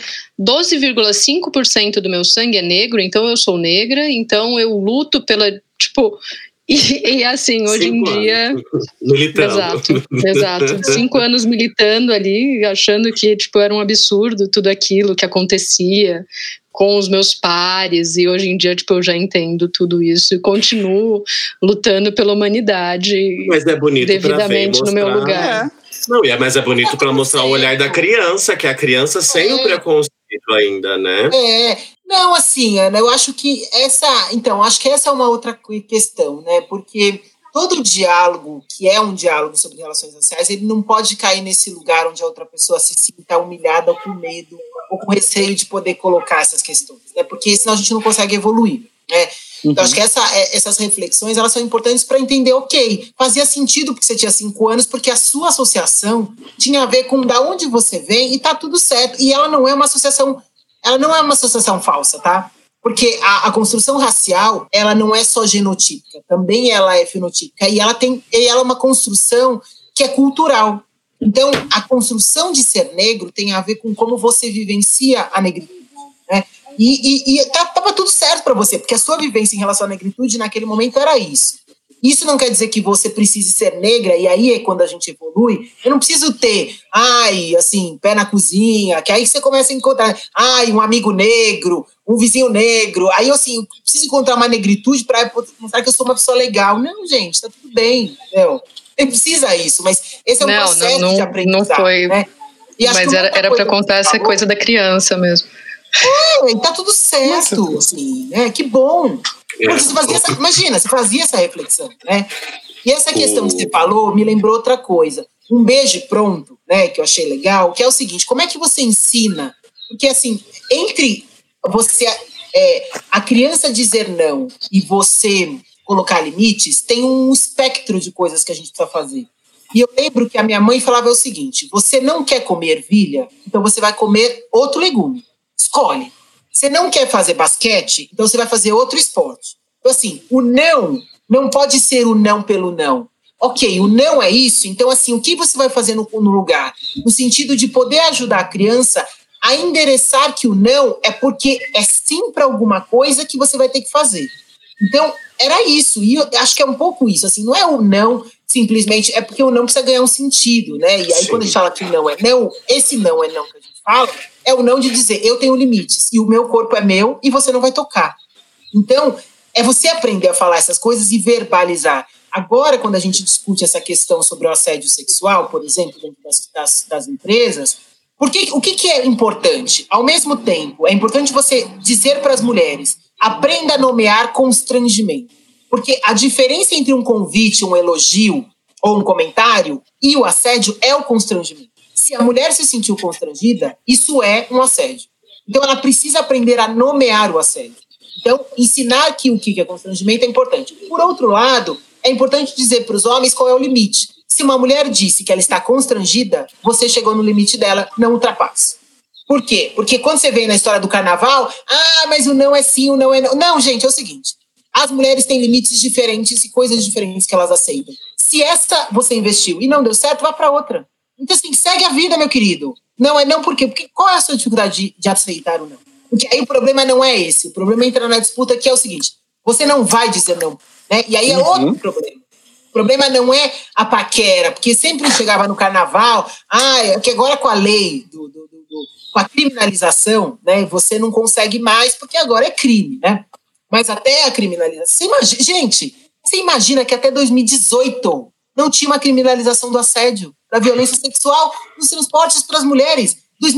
12,5% do meu sangue é negro, então eu sou negra, então eu luto pela, tipo... E assim, hoje em dia... Militando. Exato. 5 anos militando ali, achando que, tipo, era um absurdo tudo aquilo que acontecia com os meus pares, e hoje em dia, tipo, eu já entendo tudo isso e continuo lutando pela humanidade. Mas é bonito devidamente no meu lugar. Mas é bonito para mostrar o olhar da criança, que é a criança sem o preconceito ainda, né? Não, assim, Ana, eu acho que essa é uma outra questão, né? Porque todo diálogo, que é um diálogo sobre relações raciais, ele não pode cair nesse lugar onde a outra pessoa se sinta humilhada ou com medo ou com receio de poder colocar essas questões, né? Porque senão a gente não consegue evoluir, né? Então, acho que essas reflexões, elas são importantes para entender, fazia sentido porque você tinha 5 anos, porque a sua associação tinha a ver com da onde você vem e tá tudo certo. E ela não é uma associação falsa, tá? Porque a construção racial, ela não é só genotípica, também ela é fenotípica. E ela é uma construção que é cultural. Então, a construção de ser negro tem a ver com como você vivencia a negritude, né? E tava tudo certo para você, porque a sua vivência em relação à negritude naquele momento era isso. Isso não quer dizer que você precise ser negra, e aí é quando a gente evolui. Eu não preciso ter, pé na cozinha, que aí você começa a encontrar, um amigo negro, um vizinho negro. Aí, eu preciso encontrar uma negritude para mostrar que eu sou uma pessoa legal. Não, gente, tá tudo bem, entendeu? Não precisa isso, mas esse é um processo de aprendizado. Não foi, né? Mas era para contar essa coisa da criança mesmo. E tá tudo certo, assim, né? Que bom. Porque você fazia essa reflexão, né? E essa questão que você falou me lembrou outra coisa. Um beijo pronto, né? Que eu achei legal, que é o seguinte, como é que você ensina? Porque, assim, entre você, a criança dizer não e você colocar limites, tem um espectro de coisas que a gente precisa fazer. E eu lembro que a minha mãe falava o seguinte, você não quer comer ervilha, então você vai comer outro legume. Escolhe. Você não quer fazer basquete, então você vai fazer outro esporte. Então, assim, o não pode ser o não pelo não. Ok, o não é isso, então, assim, o que você vai fazer no lugar? No sentido de poder ajudar a criança a endereçar que o não é porque é sim para alguma coisa que você vai ter que fazer. Então, era isso, e eu acho que é um pouco isso, assim, não é o não simplesmente, é porque o não precisa ganhar um sentido, né? E aí, quando a gente fala que não é não, esse não é não que a gente fala, é o não de dizer, eu tenho limites, e o meu corpo é meu, e você não vai tocar. Então, é você aprender a falar essas coisas e verbalizar. Agora, quando a gente discute essa questão sobre o assédio sexual, por exemplo, dentro das empresas, o que é importante? Ao mesmo tempo, é importante você dizer para as mulheres, aprenda a nomear constrangimento. Porque a diferença entre um convite, um elogio ou um comentário e o assédio é o constrangimento. Se a mulher se sentiu constrangida, isso é um assédio. Então, ela precisa aprender a nomear o assédio. Então, ensinar que o que é constrangimento é importante. Por outro lado, é importante dizer para os homens qual é o limite. Se uma mulher disse que ela está constrangida, você chegou no limite dela, não ultrapasse. Por quê? Porque quando você vem na história do carnaval, mas o não é sim, o não é não. Não, gente, é o seguinte, as mulheres têm limites diferentes e coisas diferentes que elas aceitam. Se essa você investiu e não deu certo, vá para outra. Então, assim, segue a vida, meu querido. Não é não por quê? Porque qual é a sua dificuldade de aceitar o não? Porque aí o problema não é esse. O problema é entrar na disputa, que é o seguinte, você não vai dizer não, né? E aí é outro problema. O problema não é a paquera, porque sempre chegava no carnaval, que agora com a lei, com a criminalização, né, você não consegue mais, porque agora é crime, né? Mas até a criminalização... Você imagina que até 2018 não tinha uma criminalização do assédio, da violência sexual nos transportes para as mulheres.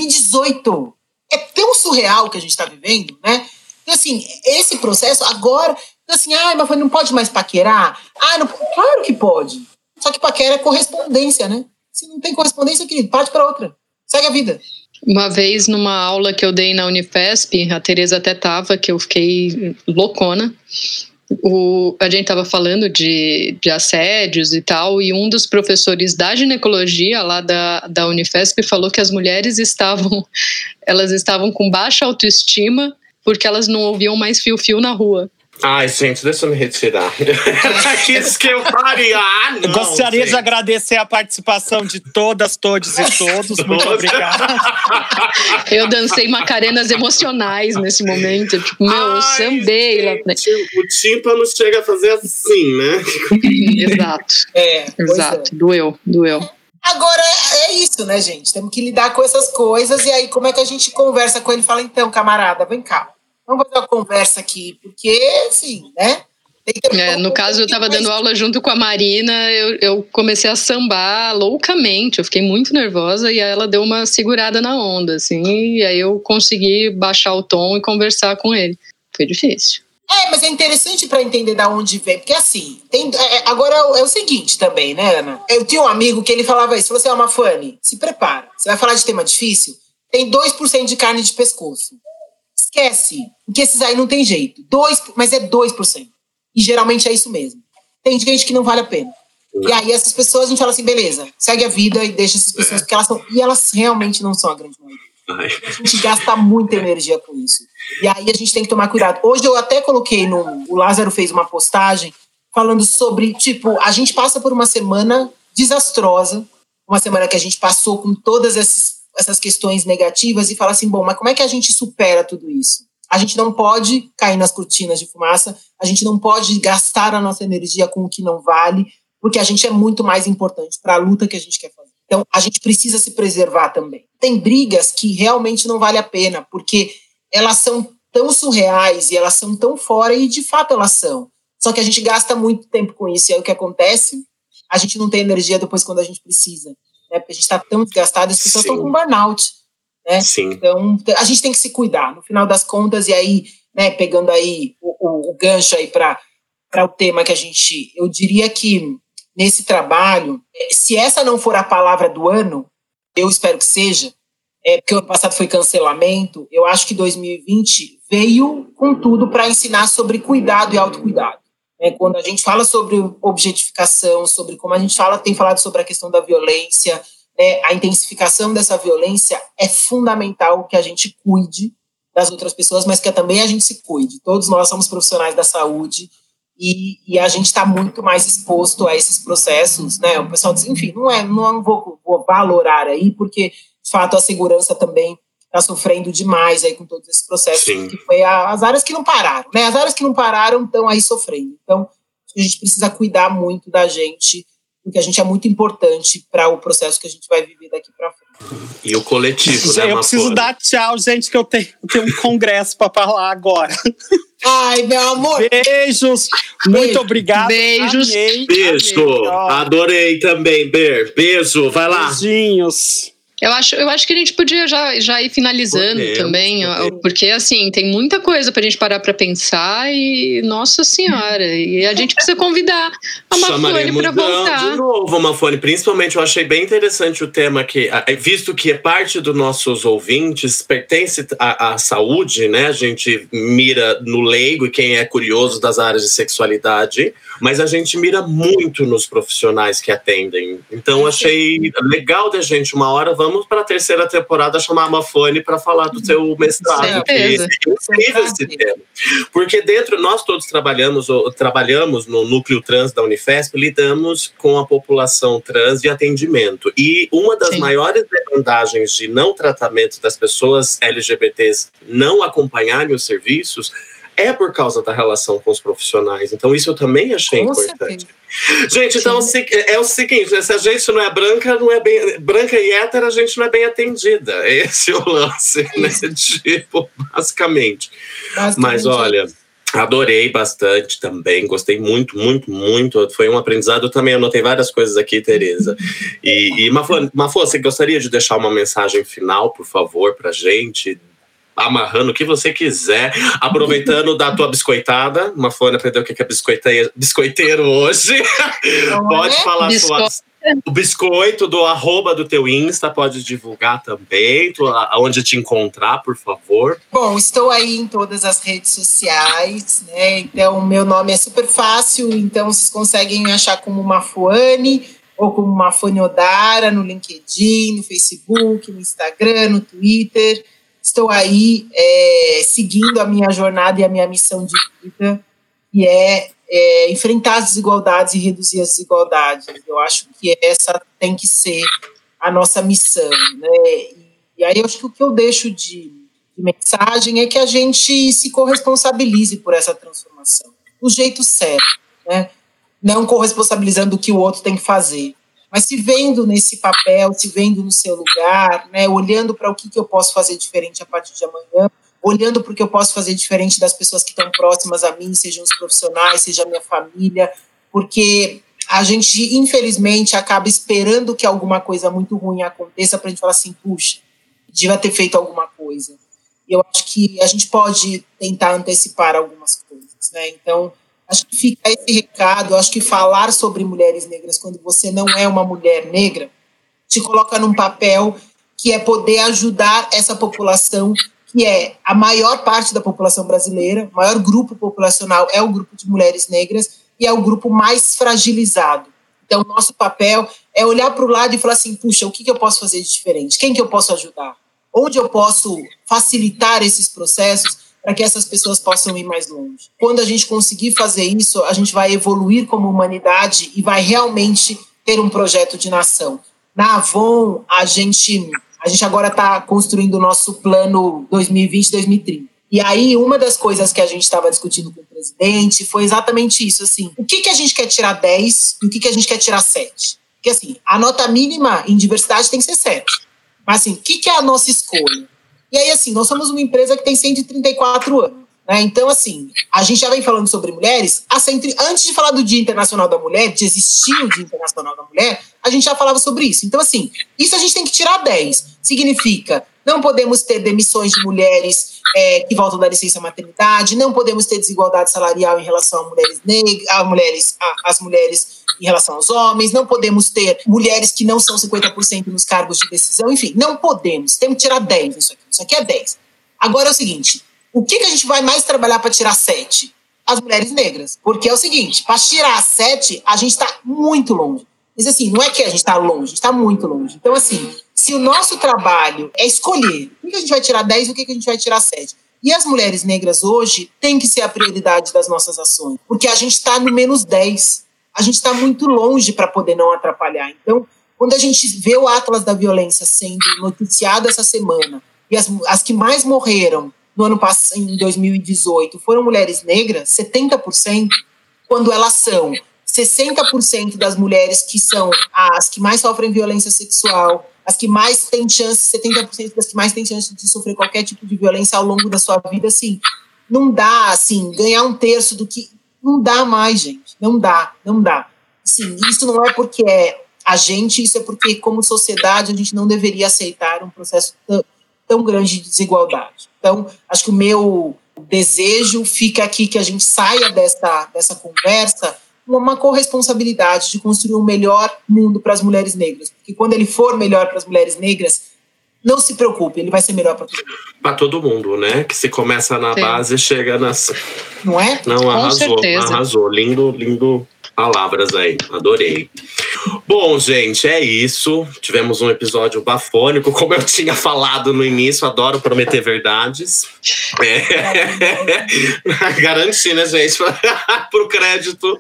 2018. É tão surreal que a gente está vivendo, né? Então, assim, esse processo agora... Assim, mas não pode mais paquerar? Não, claro que pode. Só que paquera é correspondência, né? Se não tem correspondência, querido, parte para outra. Segue a vida. Uma vez, numa aula que eu dei na Unifesp, a Tereza até tava, que eu fiquei loucona. A gente tava falando de assédios e tal, e um dos professores da ginecologia lá da Unifesp falou que as mulheres estavam com baixa autoestima porque elas não ouviam mais fio-fio na rua. Ai, gente, deixa eu me retirar. Isso que eu faria. Eu gostaria de agradecer a participação de todas, todos e todos. Muito obrigado. Eu dancei macarenas emocionais nesse momento. Tipo, eu sambei lá. O tímpano chega a fazer assim, né? Exato. Exato. Doeu. Agora é isso, né, gente? Temos que lidar com essas coisas. E aí, como é que a gente conversa com ele e fala, então, camarada, vem cá. Vamos fazer uma conversa aqui, porque, assim, né? No caso, eu estava dando aula junto com a Marina, eu comecei a sambar loucamente, eu fiquei muito nervosa e aí ela deu uma segurada na onda, assim, e aí eu consegui baixar o tom e conversar com ele. Foi difícil. Mas é interessante para entender de onde vem, porque assim, agora é o seguinte também, né, Ana? Eu tinha um amigo que ele falava isso, falou assim, Mafane, se prepara, você vai falar de tema difícil, tem 2% de carne de pescoço. Esquece, porque esses aí não tem jeito. Mas é 2%. E geralmente é isso mesmo. Tem gente que não vale a pena. E aí essas pessoas, a gente fala assim, beleza, segue a vida e deixa essas pessoas, porque elas são... E elas realmente não são a grande maioria. A gente gasta muita energia com isso. E aí a gente tem que tomar cuidado. Hoje eu até coloquei o Lázaro fez uma postagem falando sobre, tipo, a gente passa por uma semana desastrosa, uma semana que a gente passou com todas essas questões negativas e fala assim, bom, mas como é que a gente supera tudo isso? A gente não pode cair nas cortinas de fumaça, a gente não pode gastar a nossa energia com o que não vale, porque a gente é muito mais importante para a luta que a gente quer fazer. Então, a gente precisa se preservar também. Tem brigas que realmente não vale a pena, porque elas são tão surreais e elas são tão fora, e de fato elas são. Só que a gente gasta muito tempo com isso, e aí o que acontece? A gente não tem energia depois quando a gente precisa. Porque a gente está tão desgastado, as pessoas estão com burnout. né? Sim. Então, a gente tem que se cuidar, no final das contas, e aí, né, pegando aí o gancho aí para o tema que eu diria que nesse trabalho, se essa não for a palavra do ano, eu espero que seja, porque o ano passado foi cancelamento, eu acho que 2020 veio com tudo para ensinar sobre cuidado e autocuidado. Quando a gente fala sobre objetificação, sobre como a gente tem falado sobre a questão da violência, a intensificação dessa violência, é fundamental que a gente cuide das outras pessoas, mas que também a gente se cuide. Todos nós somos profissionais da saúde e a gente está muito mais exposto a esses processos, né? O pessoal diz, enfim, não vou valorar aí, porque, de fato, a segurança também está sofrendo demais aí com todos esses processos. Sim. Que foi as áreas que não pararam, né? As áreas que não pararam estão aí sofrendo. Então, a gente precisa cuidar muito da gente, porque a gente é muito importante para o processo que a gente vai viver daqui para frente. E o coletivo, né, Eu preciso dar tchau, gente, que eu tenho um congresso para falar agora. Ai, meu amor. Beijos. Muito obrigado. Beijos. Amei. Beijo. Adorei também, Ber. Beijo. Vai lá. Beijinhos. Eu acho que a gente podia já ir finalizando também, porque assim, tem muita coisa pra gente parar pra pensar e, nossa senhora, e a gente precisa convidar a Mafone pra voltar. De novo, Mafone, principalmente eu achei bem interessante o tema, visto que parte dos nossos ouvintes pertence à saúde, né, a gente mira no leigo e quem é curioso das áreas de sexualidade, mas a gente mira muito nos profissionais que atendem. Então achei legal da gente, uma hora, vamos para a terceira temporada chamar a Mafone para falar do seu mestrado. Certeza. Incrível esse tema. Porque nós todos trabalhamos no núcleo trans da Unifesp, lidamos com a população trans de atendimento. E uma das maiores demandagens de não tratamento das pessoas LGBTs não acompanharem os serviços é por causa da relação com os profissionais. Então, isso eu também achei importante. Gente, então é o seguinte, se a gente não é branca, branca e hétera, a gente não é bem atendida. Esse é o lance, né? Tipo, basicamente. Mas olha, adorei bastante também, gostei muito, muito, muito. Foi um aprendizado, eu também anotei várias coisas aqui, Tereza. E Mafô, você gostaria de deixar uma mensagem final, por favor, pra gente? Amarrando o que você quiser, aproveitando da tua biscoitada. Mafone aprendeu o que é biscoiteiro hoje. Pode falar o biscoito do @, do teu Insta, pode divulgar também, onde te encontrar, por favor. Bom, estou aí em todas as redes sociais, né? Então, meu nome é super fácil, então vocês conseguem me achar como Mafone ou como Mafone Odara no LinkedIn, no Facebook, no Instagram, no Twitter. Estou aí seguindo a minha jornada e a minha missão de vida, que é enfrentar as desigualdades e reduzir as desigualdades. Eu acho que essa tem que ser a nossa missão, né? E aí eu acho que o que eu deixo de mensagem é que a gente se corresponsabilize por essa transformação, do jeito certo, né? Não corresponsabilizando o que o outro tem que fazer, mas se vendo nesse papel, se vendo no seu lugar, né, olhando para o que eu posso fazer diferente a partir de amanhã, olhando para o que eu posso fazer diferente das pessoas que estão próximas a mim, sejam os profissionais, seja a minha família, porque a gente, infelizmente, acaba esperando que alguma coisa muito ruim aconteça para a gente falar assim, puxa, devia ter feito alguma coisa. E eu acho que a gente pode tentar antecipar algumas coisas, né? Então, acho que fica esse recado. Acho que falar sobre mulheres negras quando você não é uma mulher negra te coloca num papel que é poder ajudar essa população, que é a maior parte da população brasileira, o maior grupo populacional é o grupo de mulheres negras e é o grupo mais fragilizado. Então, o nosso papel é olhar para o lado e falar assim, puxa, o que eu posso fazer de diferente? Quem que eu posso ajudar? Onde eu posso facilitar esses processos para que essas pessoas possam ir mais longe. Quando a gente conseguir fazer isso, a gente vai evoluir como humanidade e vai realmente ter um projeto de nação. Na Avon, a gente agora está construindo o nosso plano 2020-2030. E aí, uma das coisas que a gente estava discutindo com o presidente foi exatamente isso, assim, o que a gente quer tirar 10 e o que a gente quer tirar 7? Porque, assim, a nota mínima em diversidade tem que ser 7. Mas, assim, o que é a nossa escolha? E aí, assim, nós somos uma empresa que tem 134 anos, né? Então, assim, a gente já vem falando sobre mulheres, antes de falar do Dia Internacional da Mulher, de existir o Dia Internacional da Mulher, a gente já falava sobre isso. Então, assim, isso a gente tem que tirar 10. Significa não podemos ter demissões de mulheres que voltam da licença maternidade, não podemos ter desigualdade salarial em relação a às mulheres em relação aos homens, não podemos ter mulheres que não são 50% nos cargos de decisão, enfim, não podemos, temos que tirar 10 nisso aqui, isso aqui é 10. Agora é o seguinte, o que a gente vai mais trabalhar para tirar 7? As mulheres negras, porque é o seguinte, para tirar 7, a gente está muito longe. Mas assim, não é que a gente está longe, a gente está muito longe. Então assim, se o nosso trabalho é escolher o que a gente vai tirar 10 e o que a gente vai tirar 7, e as mulheres negras hoje têm que ser a prioridade das nossas ações, porque a gente está no menos 10, a gente está muito longe para poder não atrapalhar. Então, quando a gente vê o Atlas da Violência sendo noticiado essa semana, e as que mais morreram no ano passado, em 2018, foram mulheres negras, 70%, quando elas são 60% das mulheres que são as que mais sofrem violência sexual, as que mais têm chance, 70% das que mais têm chance de sofrer qualquer tipo de violência ao longo da sua vida, assim, não dá, assim, ganhar 1/3 do que... Não dá mais, gente. Não dá. Assim, isso não é porque é a gente, isso é porque, como sociedade, a gente não deveria aceitar um processo tão grande de desigualdade. Então, acho que o meu desejo fica aqui que a gente saia dessa conversa uma corresponsabilidade de construir um melhor mundo para as mulheres negras. Porque quando ele for melhor para as mulheres negras, não se preocupe, ele vai ser melhor para todo mundo. Para todo mundo, né? Que se começa na base, chega nas... Não é? Não, arrasou. Lindo palavras aí, adorei. Bom, gente, é isso. Tivemos um episódio bafônico, como eu tinha falado no início, adoro prometer verdades. Garanti, né, gente? Pro crédito.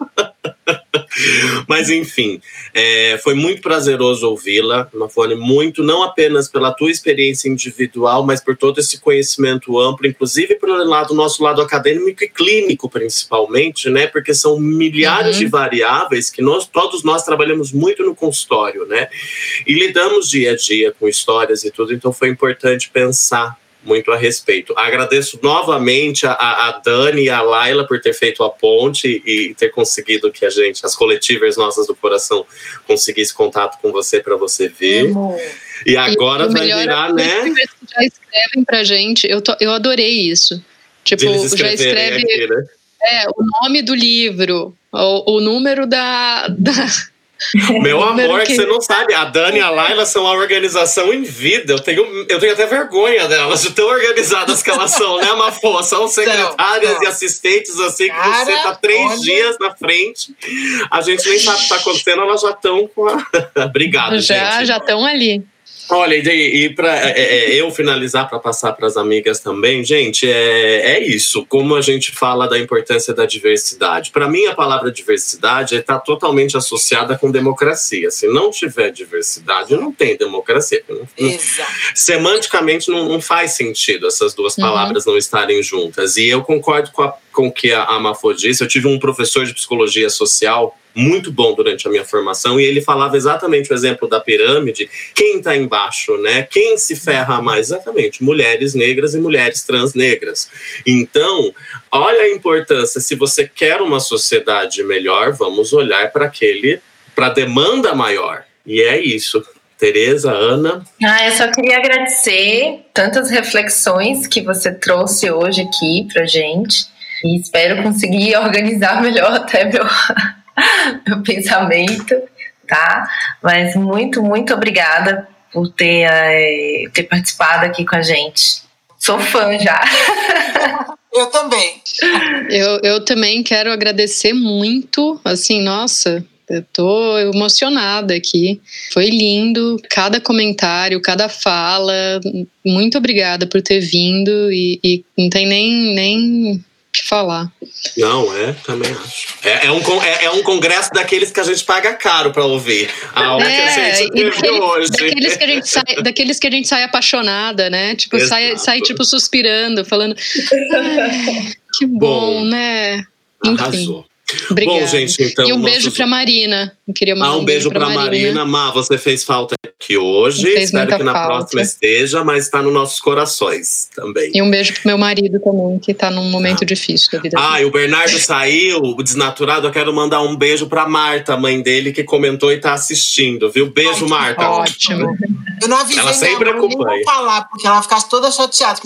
Mas, enfim, foi muito prazeroso ouvi-la, Mafone, muito, não apenas pela tua experiência individual, mas por todo esse conhecimento amplo, inclusive pelo nosso lado acadêmico e clínico, principalmente, né? Porque são milhares de variáveis que todos nós trabalhamos muito no consultório, né? E lidamos dia a dia com histórias e tudo, então foi importante pensar muito a respeito. Agradeço novamente a Dani e a Laila por ter feito a ponte e ter conseguido que as coletivas nossas do coração, conseguisse contato com você para você ver. E agora vai virar, né? Já escrevem pra gente, eu adorei isso. Tipo, já escreve aqui, né? O nome do livro, o número da... Meu amor, que você não sabe, a Dani e a Laila são uma organização em vida. Eu tenho até vergonha delas, de tão organizadas que elas são, né, Mafô? São secretárias e assistentes, assim, que você tá 3 dias na frente. A gente nem sabe o que tá acontecendo, elas já estão com a... Obrigado, gente. Já estão ali. Olha, e para eu finalizar, para passar para as amigas também, gente, é isso. Como a gente fala da importância da diversidade. Para mim, a palavra diversidade está totalmente associada com democracia. Se não tiver diversidade, não tem democracia. Semanticamente, não faz sentido essas duas palavras não estarem juntas. E eu concordo com o que a Mafô disse. Eu tive um professor de psicologia social muito bom durante a minha formação, e ele falava exatamente o exemplo da pirâmide, quem está embaixo, né? Quem se ferra mais? Exatamente, mulheres negras e mulheres transnegras. Então, olha a importância, se você quer uma sociedade melhor, vamos olhar para a demanda maior. E é isso. Tereza, Ana? Eu só queria agradecer tantas reflexões que você trouxe hoje aqui pra gente, e espero conseguir organizar melhor até meu pensamento, tá? Mas muito, muito obrigada por ter participado aqui com a gente. Sou fã já. Eu também. Eu também quero agradecer muito, assim, nossa, eu tô emocionada aqui. Foi lindo, cada comentário, cada fala. Muito obrigada por ter vindo e não tem nem que falar. Não, também acho. É um congresso daqueles que a gente paga caro para ouvir. A aula que a gente teve hoje. Daqueles que a gente sai apaixonada, né? Tipo, sai tipo suspirando, falando que bom, né? Arrasou. Obrigada. Bom, gente, então... E um beijo pra Marina. Eu queria mandar um beijo pra Marina. Má, você fez falta aqui hoje. Espero que na próxima esteja, mas está nos nossos corações também. E um beijo pro meu marido também, que tá num momento difícil da vida dele. E o Bernardo saiu, o desnaturado. Eu quero mandar um beijo pra Marta, mãe dele, que comentou e tá assistindo, viu? Beijo, Marta. Ótimo. Eu não avisei, ela sempre acompanha. Nem vou falar, porque ela ficasse toda chateada.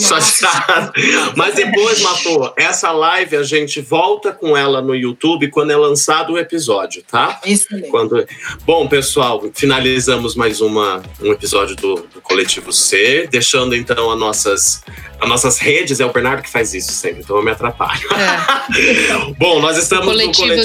Mas depois, Mafô, essa live a gente volta com ela no YouTube quando é lançado o episódio, tá? Excelente. Bom, pessoal, finalizamos mais um episódio do Coletivo Ser, deixando então as nossas redes. É o Bernardo que faz isso sempre, então eu me atrapalho. Bom, nós estamos no Coletivo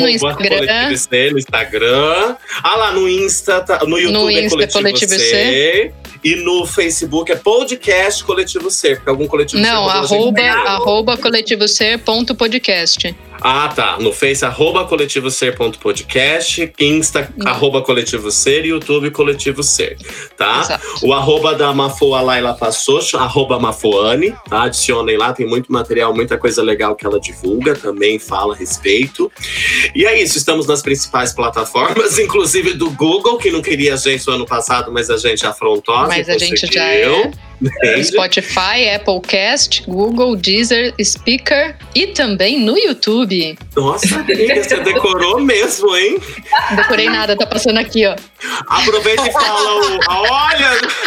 Ser no Instagram. Lá no Insta, no YouTube é Coletivo Ser. E no Facebook é podcast Coletivo Ser, porque algum coletivo não, @, coletivoser.podcast. Tá. No Face, @coletivoser.podcast, Insta, @coletivoser e YouTube Coletivo Ser, tá? Exato. O @ da Mafô, a Laila passou, @Mafoane, tá? Adicionem lá, tem muito material, muita coisa legal que ela divulga, também fala a respeito. E é isso, estamos nas principais plataformas, inclusive do Google, que não queria a gente no ano passado, mas a gente afrontou. Mas a gente já é. Spotify, Applecast, Google, Deezer, Speaker e também no YouTube. Nossa, amiga, você decorou mesmo, hein? Não decorei nada, tá passando aqui, ó. Aproveita e fala olha!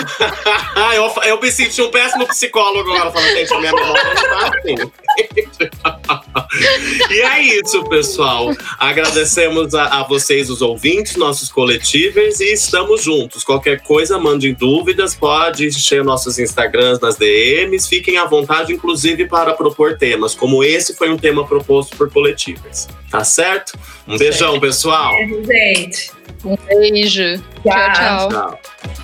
Eu me senti um péssimo psicólogo agora, falando, gente, a minha memória não tá assim. E é isso, pessoal. Agradecemos a vocês, os ouvintes, nossos coletivos, e estamos juntos. Qualquer coisa, mandem dúvidas, pode encher nossos Instagrams nas DMs, fiquem à vontade, inclusive para propor temas, como esse foi um tema proposto por coletivos. Tá certo? Um beijão, pessoal. Beijo, gente. Um beijo. Tchau. Tchau.